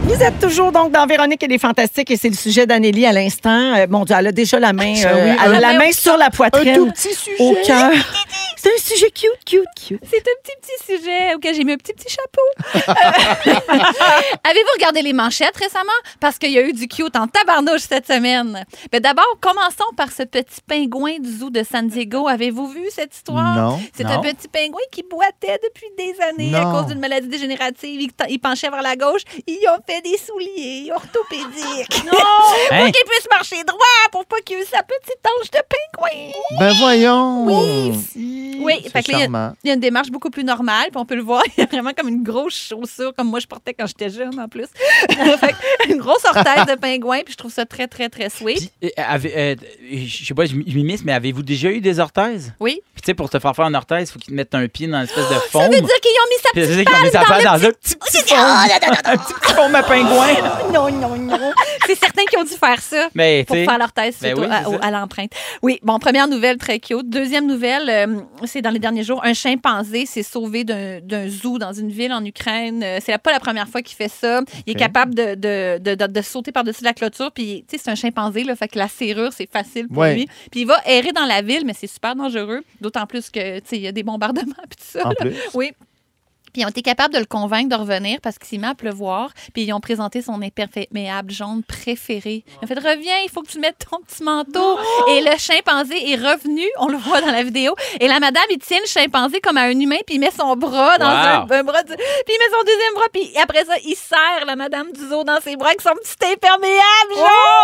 Vous êtes toujours donc dans Véronique et les Fantastiques et c'est le sujet d'Anélie à l'instant. Euh, mon Dieu, elle a déjà la main, euh, oui, elle a un- la main sur la poitrine. Un tout petit sujet. Au cœur. C'est un sujet cute, cute, cute. C'est un petit, petit sujet auquel j'ai mis un petit, petit chapeau. Euh, Avez-vous regardé les manchettes récemment? Parce qu'il y a eu du cute en tabarnouche cette semaine. Mais d'abord, commençons par ce petit pingouin du zoo de San Diego. Avez-vous vu cette histoire? Non. C'est Non. un petit pingouin qui boitait depuis des années Non. à cause d'une maladie dégénérative. Il, il penchait vers la gauche. Ils ont fait des souliers orthopédiques. Non! Hein? Pour qu'il puisse marcher droit, pour pas qu'il ait eu sa petite hanche de pingouin. Ben voyons. Oui. Oui, C'est fait que là, il y a- charmant. il y a une démarche beaucoup plus normale, puis on peut le voir, il y a vraiment comme une grosse chaussure, comme moi je portais quand j'étais jeune en plus. Fait que une grosse orthèse de pingouin, puis je trouve ça très, très, très sweet. Puis, euh, avez- euh, je sais pas, je m'immisce, mais avez-vous déjà eu des orthèses? Oui. Puis, tu sais, pour te faire faire une orthèse, il faut qu'ils te mettent un pied dans l'espèce de fond. Ça veut dire qu'ils ont mis sa Puis, ça petite veut dire qu'ils ont mis sa patte patte dans dans le un petit, petit fond. Un petit, petit fond à pingouin. Non, non, non. C'est certain qu'ils ont dû faire ça. Mais, tu Pour sais, faire leur thèse ben suite oui, au- à, c'est au- ça. à l'empreinte. Oui, bon, première nouvelle très cute. Deuxième nouvelle, euh, c'est dans les derniers jours, un chimpanzé s'est sauvé d'un d'un zoo dans une ville en Ukraine. Euh, c'est la- pas la première fois qu'il fait ça. Il est Ok. capable de, de, de, de- de sauter par-dessus la clôture. Puis, tu sais, c'est un chimpanzé, là, fait que la serrure, c'est facile pour Ouais. lui. Puis, il va errer dans la ville, mais c'est super dangereux. D'autant plus que, tu sais, il y a des bombardements puis tout ça. En là. plus. Oui. Puis ils ont été capables de le convaincre de revenir parce qu'il s'est mis à pleuvoir. Puis ils ont présenté son imperméable jaune préféré. Ils ont fait « Reviens, il faut que tu mettes ton petit manteau. » Et le chimpanzé est revenu. On le voit dans la vidéo. Et la madame, il tient le chimpanzé comme à un humain puis il met son bras dans un, Wow. un bras. du- Puis il met son deuxième bras. Puis après ça, il serre la madame du zoo dans ses bras avec son petit imperméable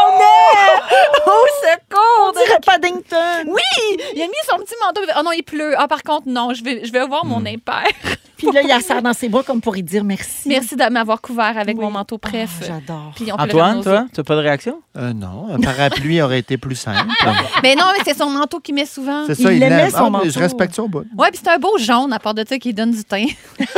jaune. Au secours! On dirait Paddington. Oui! Il a mis son petit manteau. Oh non, il pleut. Ah, par contre, non, je vais, je vais voir mon impair. Puis là, il la serre dans ses bras comme pour y dire merci. Merci de m'avoir couvert avec Oui. mon manteau préf. Ah, j'adore. Puis on peut le Antoine, ramener au toi, zoo. tu n'as pas de réaction? Euh, non, un parapluie aurait été plus simple. Mais non, mais c'est son manteau qu'il met souvent. C'est Il ça, il l'aimait, l'aime. son Ah, mais manteau. je respecte ça au bout. Ouais, puis c'est un beau jaune à part de ça qui donne du teint.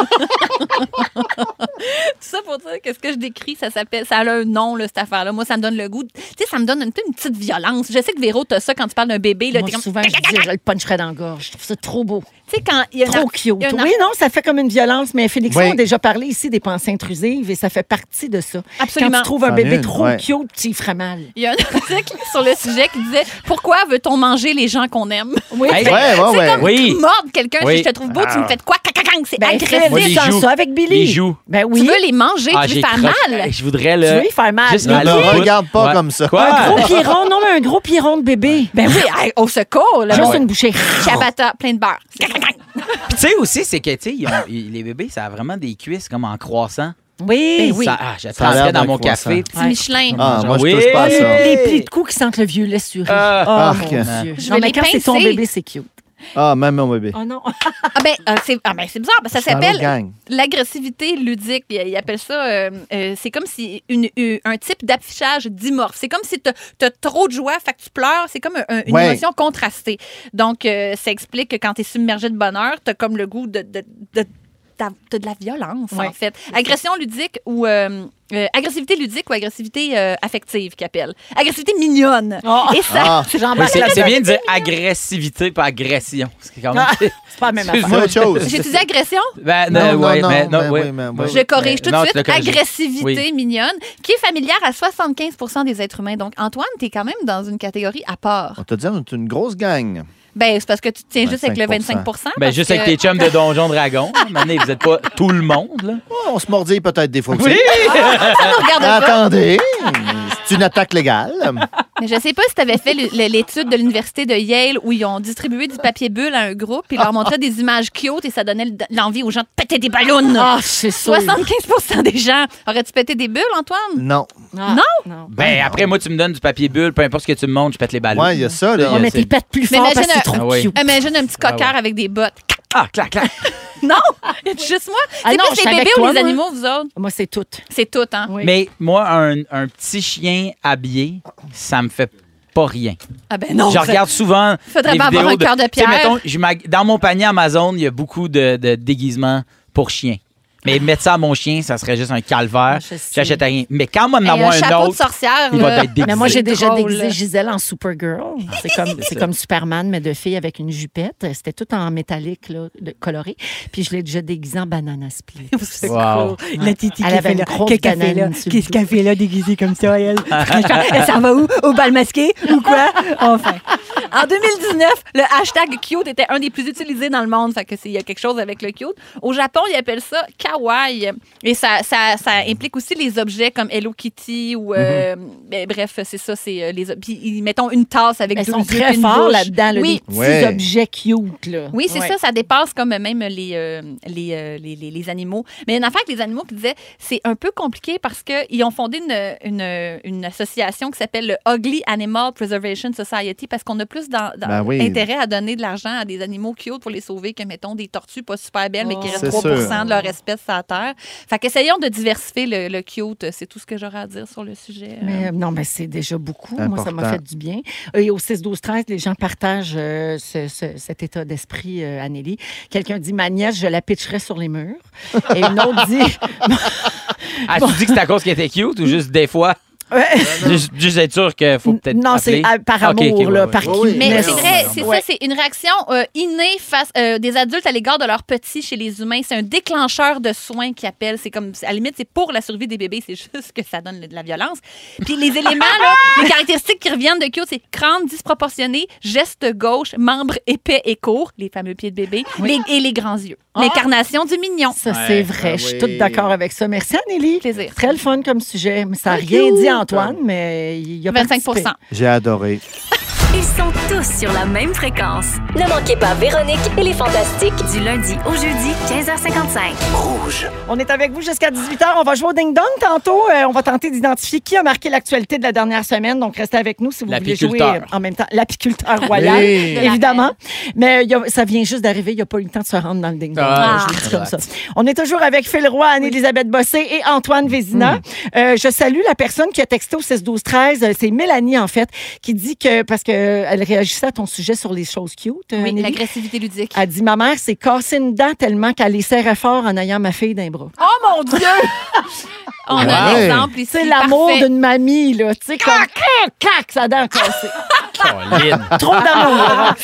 Tout ça pour dire que ce que je décris, ça s'appelle, ça a un nom, là, cette affaire-là. Moi, ça me donne le goût. Tu sais, ça me donne une, une petite violence. Je sais que Véro, t'as ça quand tu parles d'un bébé. Là, Moi, t'es comme... souvent, je dis, je le puncherais dans la gorge. Je trouve ça trop beau. Tu sais, quand il y a une Trop ar- cute. il y a une ar- Oui, non, ça fait comme une violence, mais Félix Oui. a déjà parlé ici des pensées intrusives et ça fait partie de ça. Absolument. Quand tu trouves un C'en bébé est une, trop ouais. cute, tu y ferais mal. Il y a un article sur le sujet qui disait « Pourquoi veut-on manger les gens qu'on aime? » Oui, Hey, Ouais, ouais, C'est ouais. comme Oui. mordre quelqu'un. Oui. Si je te trouve beau, tu me fais de quoi? Cacacang, c'est ben, agressif. Moi, les Félix, joues. ça avec Billy. Les joues. Ben oui. Tu veux les manger, Ah, tu veux j'ai faire croqué. mal. Je voudrais Tu le. veux y faire mal. Juste Mais mal Ne au le bout. regarde pas Ouais. comme ça. Quoi? un gros piron, non, mais un gros piron de bébé. Ben oui, hey, au secours. Là, Juste Moi, une bouchée. ciabatta, plein de beurre. Puis tu sais aussi, c'est que tu sais, ils ont- ils- les bébés, ça a vraiment des cuisses comme en croissant. Oui, Ben oui. Ça, ah, je Ça a tremperais l'air dans d'un mon croissant. café. Petit Michelin. Ah, moi, je Oui. touche pas à ça. Les plis de cou qui sentent le vieux lait suré. Ah. oh, Arc. mon Dieu. Je Non, vais mais les quand c'est ton pincer. bébé, c'est cute. Ah, même mon bébé. Oh non. Ah ben, euh, c'est ah ben, c'est bizarre. Ben, ça C'est dans l'autre s'appelle gang. l'agressivité ludique. Ils ils appellent ça... euh, euh, c'est comme si une, une- un type d'affichage dimorphe. C'est comme si tu as trop de joie, fait que tu pleures. C'est comme un- un- une Ouais. émotion contrastée. Donc, euh, ça explique que quand tu es submergé de bonheur, tu as comme le goût de... de, de t'as t'as de la violence, Ouais. en fait. Agression ludique ou... euh, euh, agressivité ludique ou agressivité euh, affective, qu'ils appellent. Agressivité mignonne. Oh. Et ça... Ah, Mais J'embarque c'est là. c'est bien de dire agressivité, pas agression. C'est quand même. Ah, c'est pas la même affaire. c'est autre chose. J'ai dit agression? Ben, Non, euh, non, ouais, non, mais non, ben ouais. oui, mais Ouais. oui. Je corrige tout de Non, tu suite. l'as corrigé. Agressivité Oui. mignonne, qui est familière à soixante-quinze pour cent des êtres humains. Donc, Antoine, tu es quand même dans une catégorie à part. On te dit, on est une grosse gang. Ben, c'est parce que tu te tiens juste avec le vingt-cinq vingt-cinq pour cent. Ben, parce juste que- avec tes chums de Donjon Dragon. Maintenant, vous n'êtes pas tout le monde, là. Oh, on se mordit peut-être des fois aussi. Oui! Ça nous regarde pas. Attendez, c'est une attaque légale. Mais je sais pas si tu avais fait le- le- l'étude de l'université de Yale où ils ont distribué du papier bulle à un groupe et leur montraient des images cute et ça donnait le- l'envie aux gens de péter des ballons. Ah, c'est sûr. soixante-quinze pour cent des gens. Aurais-tu pété des bulles, Antoine? Non. Ah, Non? non. Ben, après, moi, tu me donnes du papier bulle, peu importe ce que tu me montres, je pète les ballons. Ouais, il y a ça, là. Ouais, mais c'est- t'es pètes plus Mais fort parce imagine que c'est un- trop Ah oui. cute. Imagine un petit Ah coqueur ouais. avec des bottes. Ah, clac, clac. Non! Juste moi? Ah C'est non, je plus suis les avec bébés ou toi, les moi. animaux, vous autres? Moi, c'est tout. C'est tout, hein? Oui. Mais moi, un, un petit chien habillé, ça me fait pas rien. Ah ben non! je ça- regarde souvent Faudrait des pas avoir vidéos un cœur de tu sais, pierre. mettons, je mag- dans mon panier Amazon, il y a beaucoup de, de déguisements pour chiens. Mais mettre ça à mon chien, ça serait juste un calvaire. Ah, je sais. J'achète rien. Mais quand on va en Hey, avoir un un chapeau de autre, sorcière, il là. va être déguisé. Mais moi, j'ai déjà drôle. déguisé Gisèle en Supergirl. C'est comme, c'est comme Superman, mais de fille avec une jupette. C'était tout en métallique, là, de- coloré. Puis je l'ai déjà déguisé en banana split. C'est Wow. cool. La Titi Elle qui avait fait une là. grosse Qu'est-ce qu'elle fait là? banane sur le Qu'est-ce dos. qu'elle fait là déguisée comme ça, elle? Elle s'en va où? Au bal masqué ou quoi? Enfin. En deux mille dix-neuf, le hashtag cute était un des plus utilisés dans le monde. Fait que c'est- il y a quelque chose avec le cute. Au Japon, ils appellent ça kawaii. Et ça, ça, ça implique aussi les objets comme Hello Kitty ou... euh, ben, bref, c'est ça. C'est euh, les ob- Puis, ils- mettons une tasse avec Elles deux sont yeux très puis une forts bouche. là-dedans, là, Oui. des petits Ouais. objets cute. Là. Oui, c'est Ouais. ça, ça dépasse comme même les, euh, les, euh, les, les, les animaux. Mais une affaire avec les animaux qui disait, c'est un peu compliqué parce qu'ils ont fondé une, une, une association qui s'appelle le Ugly Animal Preservation Society parce qu'on a plus dans, dans- Ben oui. intérêt à donner de l'argent à des animaux cute pour les sauver que, mettons, des tortues pas super belles, mais qui Oh. restent C'est trois pour cent sûr. de leur espèce sur la Terre. Fait qu'essayons de diversifier le, le cute. C'est tout ce que j'aurais à dire sur le sujet. Mais, euh, non, mais c'est déjà beaucoup. Moi, ça m'a Important. fait du bien. Et au six douze treize, les gens partagent euh, ce- ce- cet état d'esprit, euh, Anneli. Quelqu'un dit, ma nièce, je la pitcherais sur les murs. Et une autre dit... Ah, tu dis que c'est à cause qu'elle était cute ou juste des fois? Ouais. Juste, juste être sûr qu'il faut peut-être. Non, c'est appeler? euh, par Ok, amour, ok, ouais, là, ouais. par Oui, oui. Mais cuteness. c'est non, vrai, non, c'est Ouais. ça, c'est une réaction euh, innée face euh, des adultes à l'égard de leurs petits chez les humains. C'est un déclencheur de soins qui appelle. C'est comme, à la limite, c'est pour la survie des bébés. C'est juste que ça donne de la violence. Puis les éléments, là, les caractéristiques qui reviennent de cute, c'est crâne disproportionné, geste gauche, membres épais et courts, les fameux pieds de bébé, les- et les grands yeux. Ah! L'incarnation du mignon. Ça, Ouais. c'est vrai. Ah Je suis oui. toute d'accord avec ça. Merci, Anneli. Plaisir. Très le fun comme sujet. Mais ça n'a Thank rien you. dit, Antoine, mais il y a vingt-cinq pour cent. participé. J'ai adoré. Ils sont tous sur la même fréquence. Ne manquez pas Véronique et les Fantastiques. Du lundi au jeudi, quinze heures cinquante-cinq. On est avec vous jusqu'à dix-huit heures. On va jouer au ding-dong tantôt. Euh, on va tenter d'identifier qui a marqué l'actualité de la dernière semaine. Donc, restez avec nous si vous voulez jouer L'apiculteur. euh, en même temps. L'apiculteur royal, Oui. évidemment. Mais euh, il y a- ça vient juste d'arriver. Il n'y a pas eu le temps de se rendre dans le ding-dong. Ah, Je le dis comme relax. ça. On est toujours avec Phil Roy, Anne-Élisabeth Bossé et Antoine Vézina. Euh, je salue la personne qui a texté au six douze treize. C'est Mélanie, en fait, qui dit que, parce qu'elle réagissait à ton sujet sur les choses cute, euh, Oui, Anneli. l'agressivité ludique. Elle dit, ma mère s'est cassée une dent tellement qu'elle les serrait fort en ayant ma fille d'un bras. Oh mon Dieu! On a un Ouais. exemple ici. C'est l'amour parfait. d'une mamie, là. Tu sais, comme, cac, cac, sa dent cassée. Colin. Trop d'amour.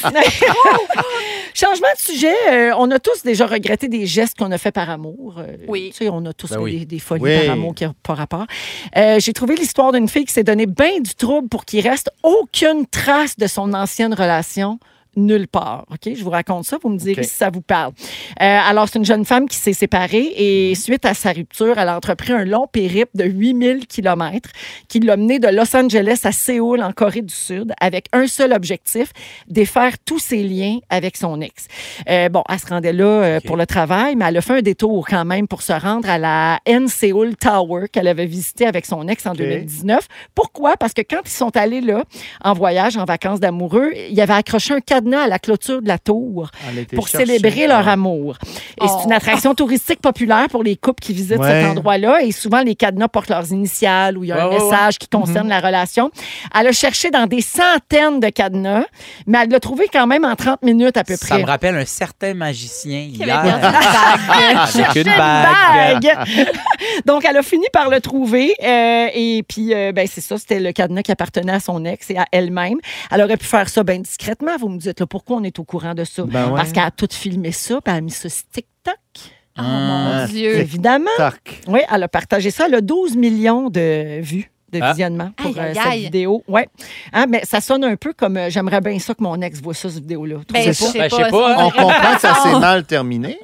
Changement de sujet. euh, on a tous déjà regretté des gestes qu'on a fait par amour. Euh, Oui. Tu sais, on a tous Ben fait oui. des, des folies Oui. par amour qui n'ont pas rapport. Euh, J'ai trouvé l'histoire d'une fille qui s'est donné bien du trouble pour qu'il reste aucune trace de son ancienne relation nulle part. OK? Je vous raconte ça, vous me direz OK. si ça vous parle. Euh, alors, c'est une jeune femme qui s'est séparée et suite à sa rupture, elle a entrepris un long périple de huit mille kilomètres qui l'a mené de Los Angeles à Séoul, en Corée du Sud, avec un seul objectif, défaire tous ses liens avec son ex. Euh, bon, elle se rendait là euh, OK. pour le travail, mais elle a fait un détour quand même pour se rendre à la N Seoul Tower qu'elle avait visité avec son ex en deux mille dix-neuf. Pourquoi? Parce que quand ils sont allés là, en voyage, en vacances d'amoureux, il avait accroché un cadenas à la clôture de la tour Elle a été pour chercher. célébrer leur amour. Et Oh. c'est une attraction touristique populaire pour les couples qui visitent Ouais. cet endroit-là. Et souvent, les cadenas portent leurs initiales ou il y a un Ouais, ouais, message qui concerne Mhm. la relation. Elle a cherché dans des centaines de cadenas, mais elle l'a trouvé quand même en trente minutes à peu Ça près. me rappelle un certain magicien Qui avait hier. perdu une bague. Avec Cherchait une bague. bague. Donc, elle a fini par le trouver. euh, et puis, euh, ben, c'est ça, c'était le cadenas qui appartenait à son ex et à elle-même. Elle aurait pu faire ça bien discrètement. Vous me dites, là, pourquoi on est au courant de ça? Ben ouais. Parce qu'elle a tout filmé ça, puis elle a mis ça sur TikTok. Oh mon Ah, Dieu. Évidemment. Tac. Oui, elle a partagé ça. Elle a douze millions de vues. De Ah. visionnement pour Aïe, aïe, euh, cette aïe. vidéo. Ouais. Hein, mais ça sonne un peu comme euh, j'aimerais bien ça que mon ex voit ça, cette vidéo-là. Ben, Trouvez je pas? sais Ben, je pas. sais pas, hein. On comprend que ça s'est mal terminé.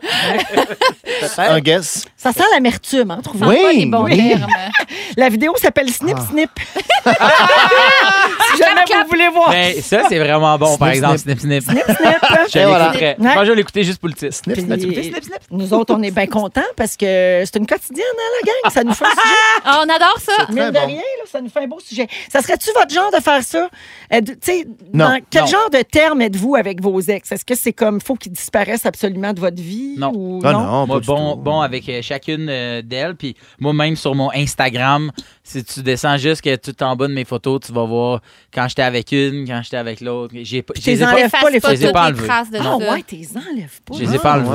Un guess. Ça sent l'amertume, hein, trouvez-vous? Oui. Pas les bons oui. termes. La vidéo s'appelle Snip Ah. Snip. si jamais vous voulez voir. Ben, ça, c'est vraiment bon, par Snip, exemple, snip. snip, snip. Snip Snip. Je Et voilà. l'écouterais. Ouais. Moi, je vais l'écouter juste pour le titre. Snip, Puis, snip. Tu écouté Snip, snip? nous autres, on est bien contents parce que c'est une quotidienne, hein, la gang. Ça nous fait un sujet. Ah, on adore ça. Mine de bon. rien, là, ça nous fait un beau sujet. Ça serait-tu votre genre de faire ça? Euh, de- tu sais, Non. dans quel Non. genre de terme êtes-vous avec vos ex? Est-ce que c'est comme, faut qu'ils disparaissent absolument de votre vie? Non. Ou Ah non, Moi, pas du bon, tout. bon avec euh, chacune euh, d'elles. Puis moi-même, sur mon Instagram, si tu descends juste que tout en bas de mes photos, tu vas voir quand j'étais avec une, quand j'étais avec l'autre. J'ai pas- Puis je les t'es ai pas- enlèves pas les Efface je les ai toutes pas les enlevées. traces de Ah ça. ouais, t'es enlèves pas. Je les ai Ah, pas enlevées. ouais.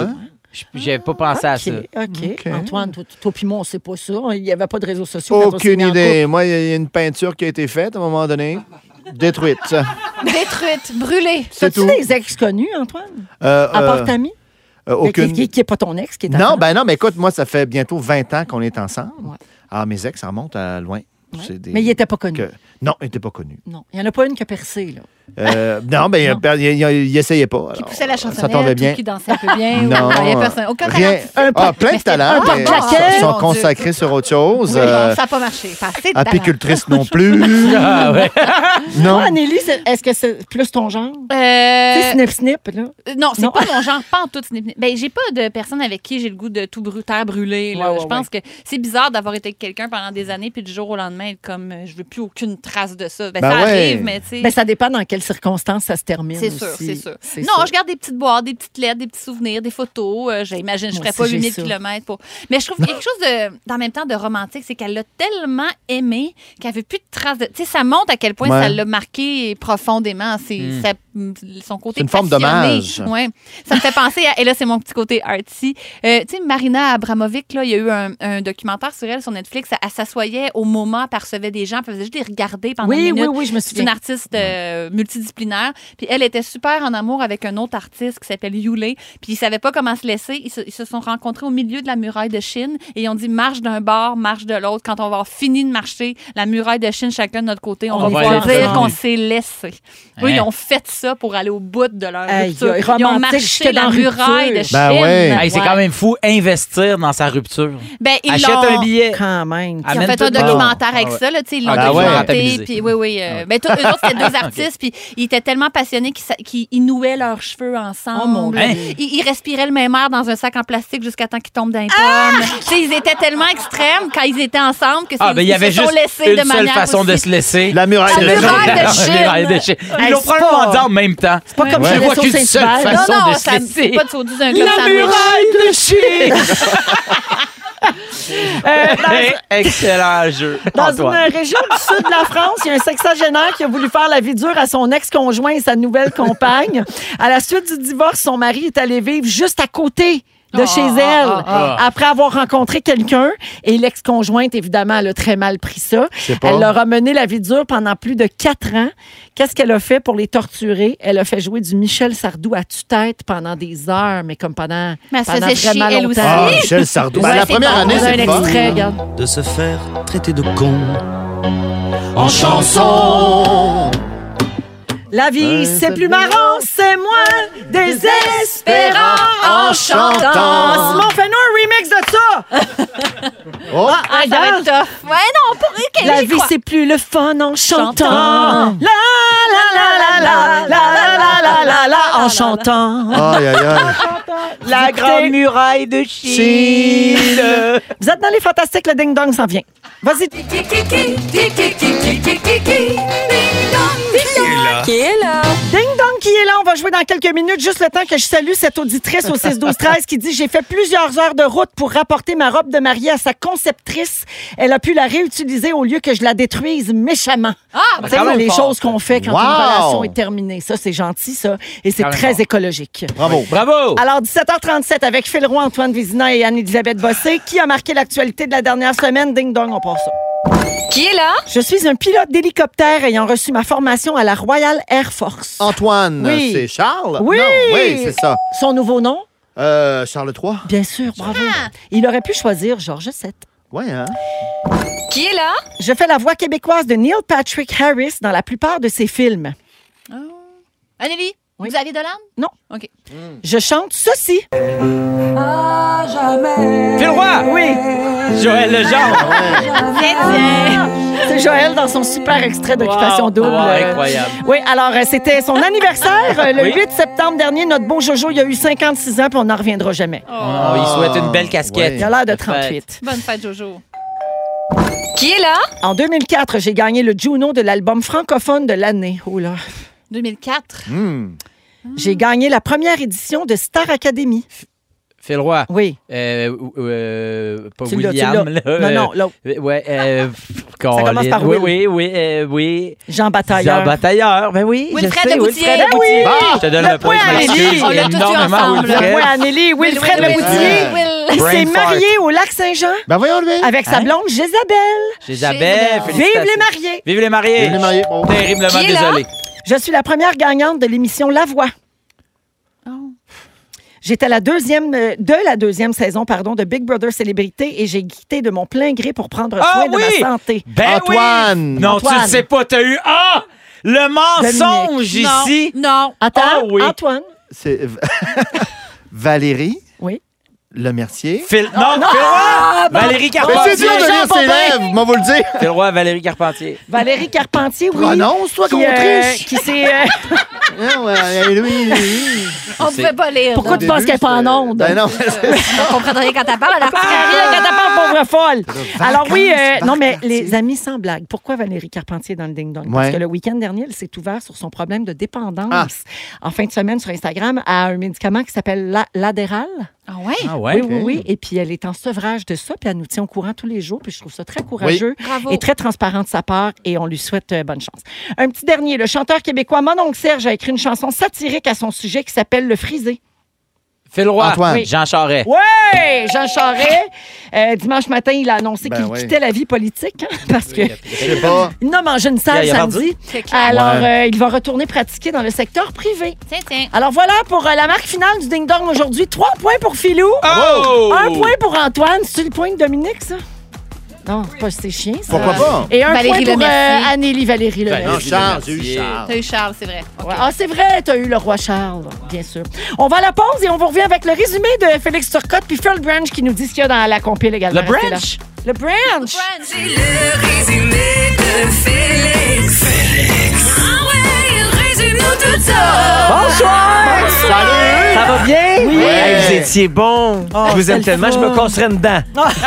J'avais pas pensé à ça. OK, OK. OK. Antoine, toi, toi puis moi, on sait pas ça. Il n'y avait pas de réseaux sociaux. quand on s'est Aucune mis en idée. Moi, il y a une peinture qui a été faite à un moment donné. Détruite. Détruite, brûlée. C'est As-tu tout. des ex connus, Antoine? Euh, À part euh, Tammy? euh, Mais aucune. Qui n'est pas ton ex, qui est ta Non, femme? ben non, mais écoute, moi, ça fait bientôt vingt ans qu'on est ensemble. Ouais. Ah, mes ex, ça remonte à loin. Ouais. C'est des- Mais il n'était pas connu. que- Non, il n'était pas connu. Non. Il n'y en a pas une qui a percé, là. Euh, non, ben, Non. il- il il essayait pas. Qui alors, poussait la Ça tombait chansonnette, bien. ou qui dansait un peu bien. Non, ou- il y a personne. Aucun rien. talent. Ah, plein de c'était talents. un mais porte-claquette. Ils sont Mon Dieu. consacrés sur autre chose. Oui, Euh, bon, ça n'a pas marché. Pas assez de talent. apicultrice non plus. Ah ouais. Non. Toi, Anneli, c'est- est-ce que c'est plus ton genre? Euh, Tu sais, snip, snip, là. Euh, Non, c'est Non. pas mon genre, pas en tout. snip, snip. Ben, j'ai pas de personne avec qui j'ai le goût de tout brûler, terre brûlée. là. Ouais, ouais, je pense que c'est bizarre d'avoir été avec quelqu'un pendant des années, puis du jour au lendemain, être comme euh, je veux plus aucune trace de ça. Ben, Ben ça ouais. arrive, mais tu sais. Ben, ça dépend dans quelles circonstances ça se termine. c'est sûr, aussi. c'est sûr. C'est Non, ça. je garde des petites boîtes, des petites lettres, des petits souvenirs, des photos. Euh, J'imagine, je Moi ferais aussi, pas j'ai huit mille ça. kilomètres pour. Mais je trouve quelque chose de, en même temps de romantique, c'est qu'elle l'a tellement aimé qu'elle avait plus de traces de. Tu sais, ça montre à quel point Ouais. ça l'a marqué profondément. C'est Mm. ça- son côté C'est une forme passionné. d'hommage. Ouais. Ça me fait penser à. Et là, c'est mon petit côté artsy. Euh, tu sais, Marina Abramovic, là, il y a eu un, un documentaire sur elle sur Netflix. Elle, elle s'assoyait au moment, elle recevait des gens, puis elle faisait juste les regarder pendant Oui, une minute. oui, oui, je me C'est souviens. une artiste euh, multidisciplinaire. Puis elle était super en amour avec un autre artiste qui s'appelle Yulei. Puis ils savaient pas comment se laisser. Ils se, ils se sont rencontrés au milieu de la muraille de Chine et ils ont dit marche d'un bord, marche de l'autre. Quand on va avoir fini de marcher, la muraille de Chine, chacun de notre côté, on, On va va pouvoir aller dire ensemble. qu'on s'est laissé. Hein? Oui, ils ont fait ça pour aller au bout de leur Aïe, rupture. aïe, Ils ont romantique marché jusque la dans muraille de rupture. Chine. Ben ouais. Hey, c'est Ouais. quand même fou investir dans sa rupture. Ben, ils Achète l'ont- un billet. Quand même. Ils ont Amène fait tout un le monde. documentaire avec Ah ouais. ça, là, tu sais, ils l'ont Ah ouais. documenté. Rentabilisé. Puis oui, oui. euh, ben, tous- eux autres, c'était deux artistes, puis ils étaient tellement passionnés qu'ils sa- qu'ils ils nouaient leurs cheveux ensemble. Oh, mon Dieu. Hein? Ils, ils respiraient le même air dans un sac en plastique jusqu'à temps qu'ils tombent dans les pommes. Tu sais, ils étaient tellement extrêmes quand ils étaient ensemble que c'est Ah, ben il y ils avait se sont juste laissés de une seule manière façon de aussi- se laisser. La muraille La de muraille Chine. de La Chine. muraille de Chine. Ils Hey, l'ont c'est probablement pas- dit en même temps. C'est pas comme Je chez vois les qu'une seule Saint-Hubert. Non, façon non, de se ça- laisser. c'est pas de sodu d'un club La sandwich. muraille de Chine! Euh, dans- Excellent jeu. Dans Antoine. une région du sud de la France, il y a un sexagénaire qui a voulu faire la vie dure à son ex-conjoint et sa nouvelle compagne. À la suite du divorce, son mari est allé vivre juste à côté de Ah, chez ah, elle, ah, ah. après avoir rencontré quelqu'un. Et l'ex-conjointe, évidemment, elle a très mal pris ça. sais pas. Elle leur a mené la vie dure pendant plus de quatre ans. Qu'est-ce qu'elle a fait pour les torturer? Elle a fait jouer du Michel Sardou à tue-tête pendant des heures, mais comme pendant, Mais elle se pendant faisait vraiment chier, elle longtemps. Ah, Michel Sardou. Ben, Ouais, la c'est première bon. année, On a c'est un fun. extrait, regarde. de se faire traiter de con. En chanson. La vie, Ouais, c'est c'est plus bon. marrant, c'est moins désespérant en chantant. Simon, fais-nous un remix de ça. Oh, Ah, ça va être tough. Ouais, non, pour quel La j'y vie, crois. c'est plus le fun en chantant. Chantant. La la la la la la la la la la la en chantant. aïe, aïe, aïe. La grande muraille de Chine. Vous êtes dans les fantastiques, le ding-dong s'en vient. Vas-y. Qui est là? Ding-dong qui est là. On va jouer dans quelques minutes. Juste le temps que je salue cette auditrice au six douze treize qui dit « J'ai fait plusieurs heures de route pour rapporter ma robe de mariée à sa conceptrice. Elle a pu la réutiliser au lieu que je la détruise méchamment. Ah, ben, Tu sais, quand même les fort. choses qu'on fait quand Wow! une relation est terminée. Ça, c'est gentil, ça. Et c'est Quand même très fort. écologique. Bravo. Bravo! Alors, dix-sept heures trente-sept avec Phil Roy, Antoine Vézina et Anne-Élisabeth Bossé. Qui a marqué l'actualité de la dernière semaine? Ding-dong, on passe ça. Qui est là? Je suis un pilote d'hélicoptère ayant reçu ma formation à la Royal Air Force. Antoine, Oui. c'est Charles? Oui. Non, oui, c'est ça. Son nouveau nom? Euh, Charles trois? Bien sûr, bravo. Il aurait pu choisir Georges sept. Oui, hein? Qui est là? Je fais la voix québécoise de Neil Patrick Harris dans la plupart de ses films. Anneli, Oui. Xavier Dolan? Non. OK. Je chante ceci. Phil Roy! Oui, Joël Legendre! Tiens, tiens. c'est Joël dans son super extrait d'Occupation Wow. Double. Wow, Euh, incroyable. Oui, alors euh, c'était son anniversaire euh, le Oui. huit septembre dernier. Notre beau Jojo, il a eu cinquante-six ans puis on n'en reviendra jamais. On lui souhaite une belle casquette. Il a l'air de Fête. trente-huit. Bonne fête, Jojo. Qui est là? En deux mille quatre, j'ai gagné le Juno de l'album francophone de l'année. Oh là. deux mille quatre. Hmm. J'ai gagné la première édition de Star Academy. Phil Roy. Oui. Euh, euh, pas Tu l'as, tu William, l'as. là. Non, euh, non, l'autre. euh, Ouais, euh, commence par oui, Will. oui, oui, euh, oui. Jean Batailleur. Jean Batailleur, ben oui. Wilfred je sais, Leboutier. Wilfred Leboutier. Ah! Je te donne le, point, je Anneli. m'excuse. On l'a tous eu Énormément ensemble. Le Wilfred. point à Anneli. Wilfred Will, Will, Leboutier. Will, Will. Il Brain s'est fart. marié au Lac-Saint-Jean Ben voyons le avec sa Hein? blonde Jézabel. Isabelle, Vive Vive félicitations. les mariés. Vive les mariés. Vive les mariés. Bon. Terriblement Qui est là? désolé. Je suis la première gagnante de l'émission La Voix. J'étais la deuxième, euh, de la deuxième saison pardon, de Big Brother Célébrité et j'ai quitté de mon plein gré pour prendre Ah soin de oui! ma santé. Ben Antoine. oui. Non, Antoine. tu ne sais pas, t'as eu ah le mensonge Non, ici. non. Attends, Ah oui. Antoine. C'est Valérie Oui. Lemercier. Phil, non, Phil Roy. Valérie Mais Carpentier. c'est dur de lire ses lèvres, moi vous le dire. Phil Roy, Valérie Carpentier. Valérie Carpentier, oui. Prononce-toi qui, qu'on euh, triche. qui s'est... euh, Ah ouais, oui, oui, oui. On ne pouvait pas lire. Pourquoi là. tu penses qu'elle n'est pas en onde? Ben non, mais c'est- On comprend rien quand elle parle. Alors, Karine, quand elle parle, pauvre folle. Alors oui, euh, Vacances, non, mais vacances. les amis, sans blague, pourquoi Valérie Carpentier est dans le ding-dong? Parce Ouais. que le week-end dernier, elle s'est ouverte sur son problème de dépendance. Ah. En fin de semaine, sur Instagram, à un médicament qui s'appelle la- l'Adderall. Ah ouais? Ah ouais. Oui, oui, oui. Et puis, elle est en sevrage de ça, puis elle nous tient au courant tous les jours, puis je trouve ça très courageux Bravo. et très transparent de sa part, et on lui souhaite euh, bonne chance. Un petit dernier, le chanteur québécois Mononcle Serge a écrit une chanson satirique à son sujet qui s'appelle Le Frisé. Phil Roy. Antoine. Oui. Jean Charest. Oui, Jean Charest. Euh, dimanche matin, il a annoncé Ben qu'il oui. quittait la vie politique hein, parce que je sais pas. il n'a mangé une salle Il a- il a samedi. C'est clair. Alors, euh, il va retourner pratiquer dans le secteur privé. Tiens, tiens. Alors voilà pour euh, la marque finale du Ding Dong aujourd'hui. Trois points pour Philou. Oh! Un point pour Antoine. C'est le point de Dominique, ça? Non, c'est pas c'est chien, ça. Pourquoi pas? Et un Valérie point pour Lemercier. euh, Annélie Valérie Valérie. Lemercier. Non, Charles, j'ai eu Lemercier. Charles. T'as eu Charles, c'est vrai. Ouais. Ah, c'est vrai, t'as eu le roi Charles, bien sûr. On va à la pause et on vous revient avec le résumé de Félix Turcotte puis Phil Branch qui nous dit ce qu'il y a dans la compile également. Le Restez là. Branch? Le Branch. C'est le résumé de Félix. Félix. Ah ouais, il résume nous tout ça. Bonsoir! Salut! Ça va bien? Oui. Hey, vous étiez bon. Oh, je vous c'est aime le tellement, je fun. me casserai dedans.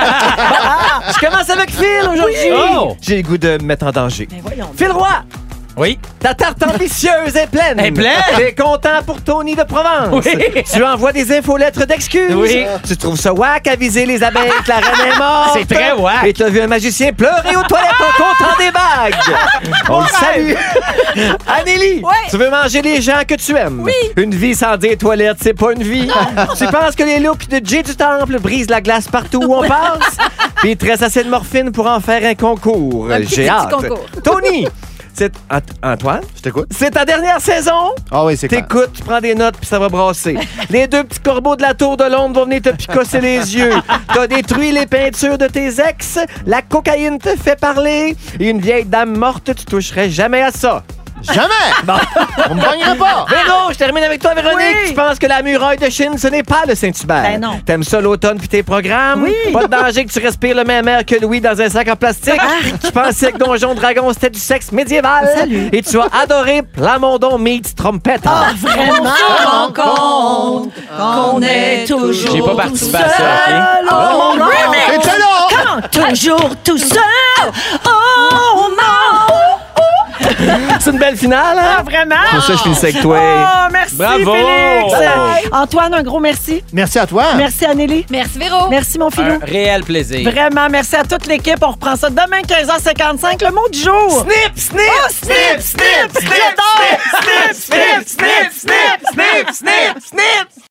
je commence avec Phil aujourd'hui. Oh! J'ai le goût de me mettre en danger. Mais voyons. Phil Roy, Oui. ta tarte ambitieuse est pleine. Elle est pleine. T'es content pour Tony de Provence. Oui. Tu envoies des infolettres d'excuses. Oui. Tu trouves ça whack à viser les abeilles que la reine est morte. C'est très whack. Et t'as vu un magicien pleurer aux toilettes en comptant des bagues. On le salue. Anneli, tu veux manger les gens que tu aimes. Oui. Une vie sans des toilettes, c'est pas une vie. Tu penses que les looks de Jay du Temple brisent la glace partout où on passe? Puis il te reste assez de morphine pour en faire un concours. Un petit, J'ai petit hâte. concours. Tony, c'est... Ant- Antoine? Je t'écoute. C'est ta dernière saison? Ah oui, c'est clair. T'écoutes, tu prends des notes, puis ça va brasser. Les deux petits corbeaux de la tour de Londres vont venir te picosser les yeux. T'as détruit les peintures de tes ex, la cocaïne te fait parler, et une vieille dame morte, tu toucherais jamais à ça. Jamais! On me gagnerait pas! Véro, je termine avec toi, Véronique. Oui. Tu penses que la muraille de Chine, ce n'est pas le Saint-Hubert. Ben non. T'aimes ça l'automne puis tes programmes? Oui. Pas de danger que tu respires le même air que Louis dans un sac en plastique. Tu pensais que Donjon Dragon, c'était du sexe médiéval. Salut. Et tu as adoré Plamondon meets Trompette. Ah, vraiment? rend compte qu'on est toujours J'ai pas participé à ça, OK? Oh non! T'étais là! Comment toujours tout seul? Oh non! C'est une belle finale, hein? Ah, vraiment? Pour ça, je finissais avec toi. Oh, merci, Bravo! Félix. Bye. Antoine, un gros merci. Merci à toi. Merci, Anneli. Merci, Véro. Merci, mon filou. Un réel plaisir. Vraiment, merci à toute l'équipe. On reprend ça demain, quinze heures cinquante-cinq. Le mot du jour. Snip, snip, Oh, snip, snip, snip, snip, snip, snip, snip, snip, snip, snip, snip.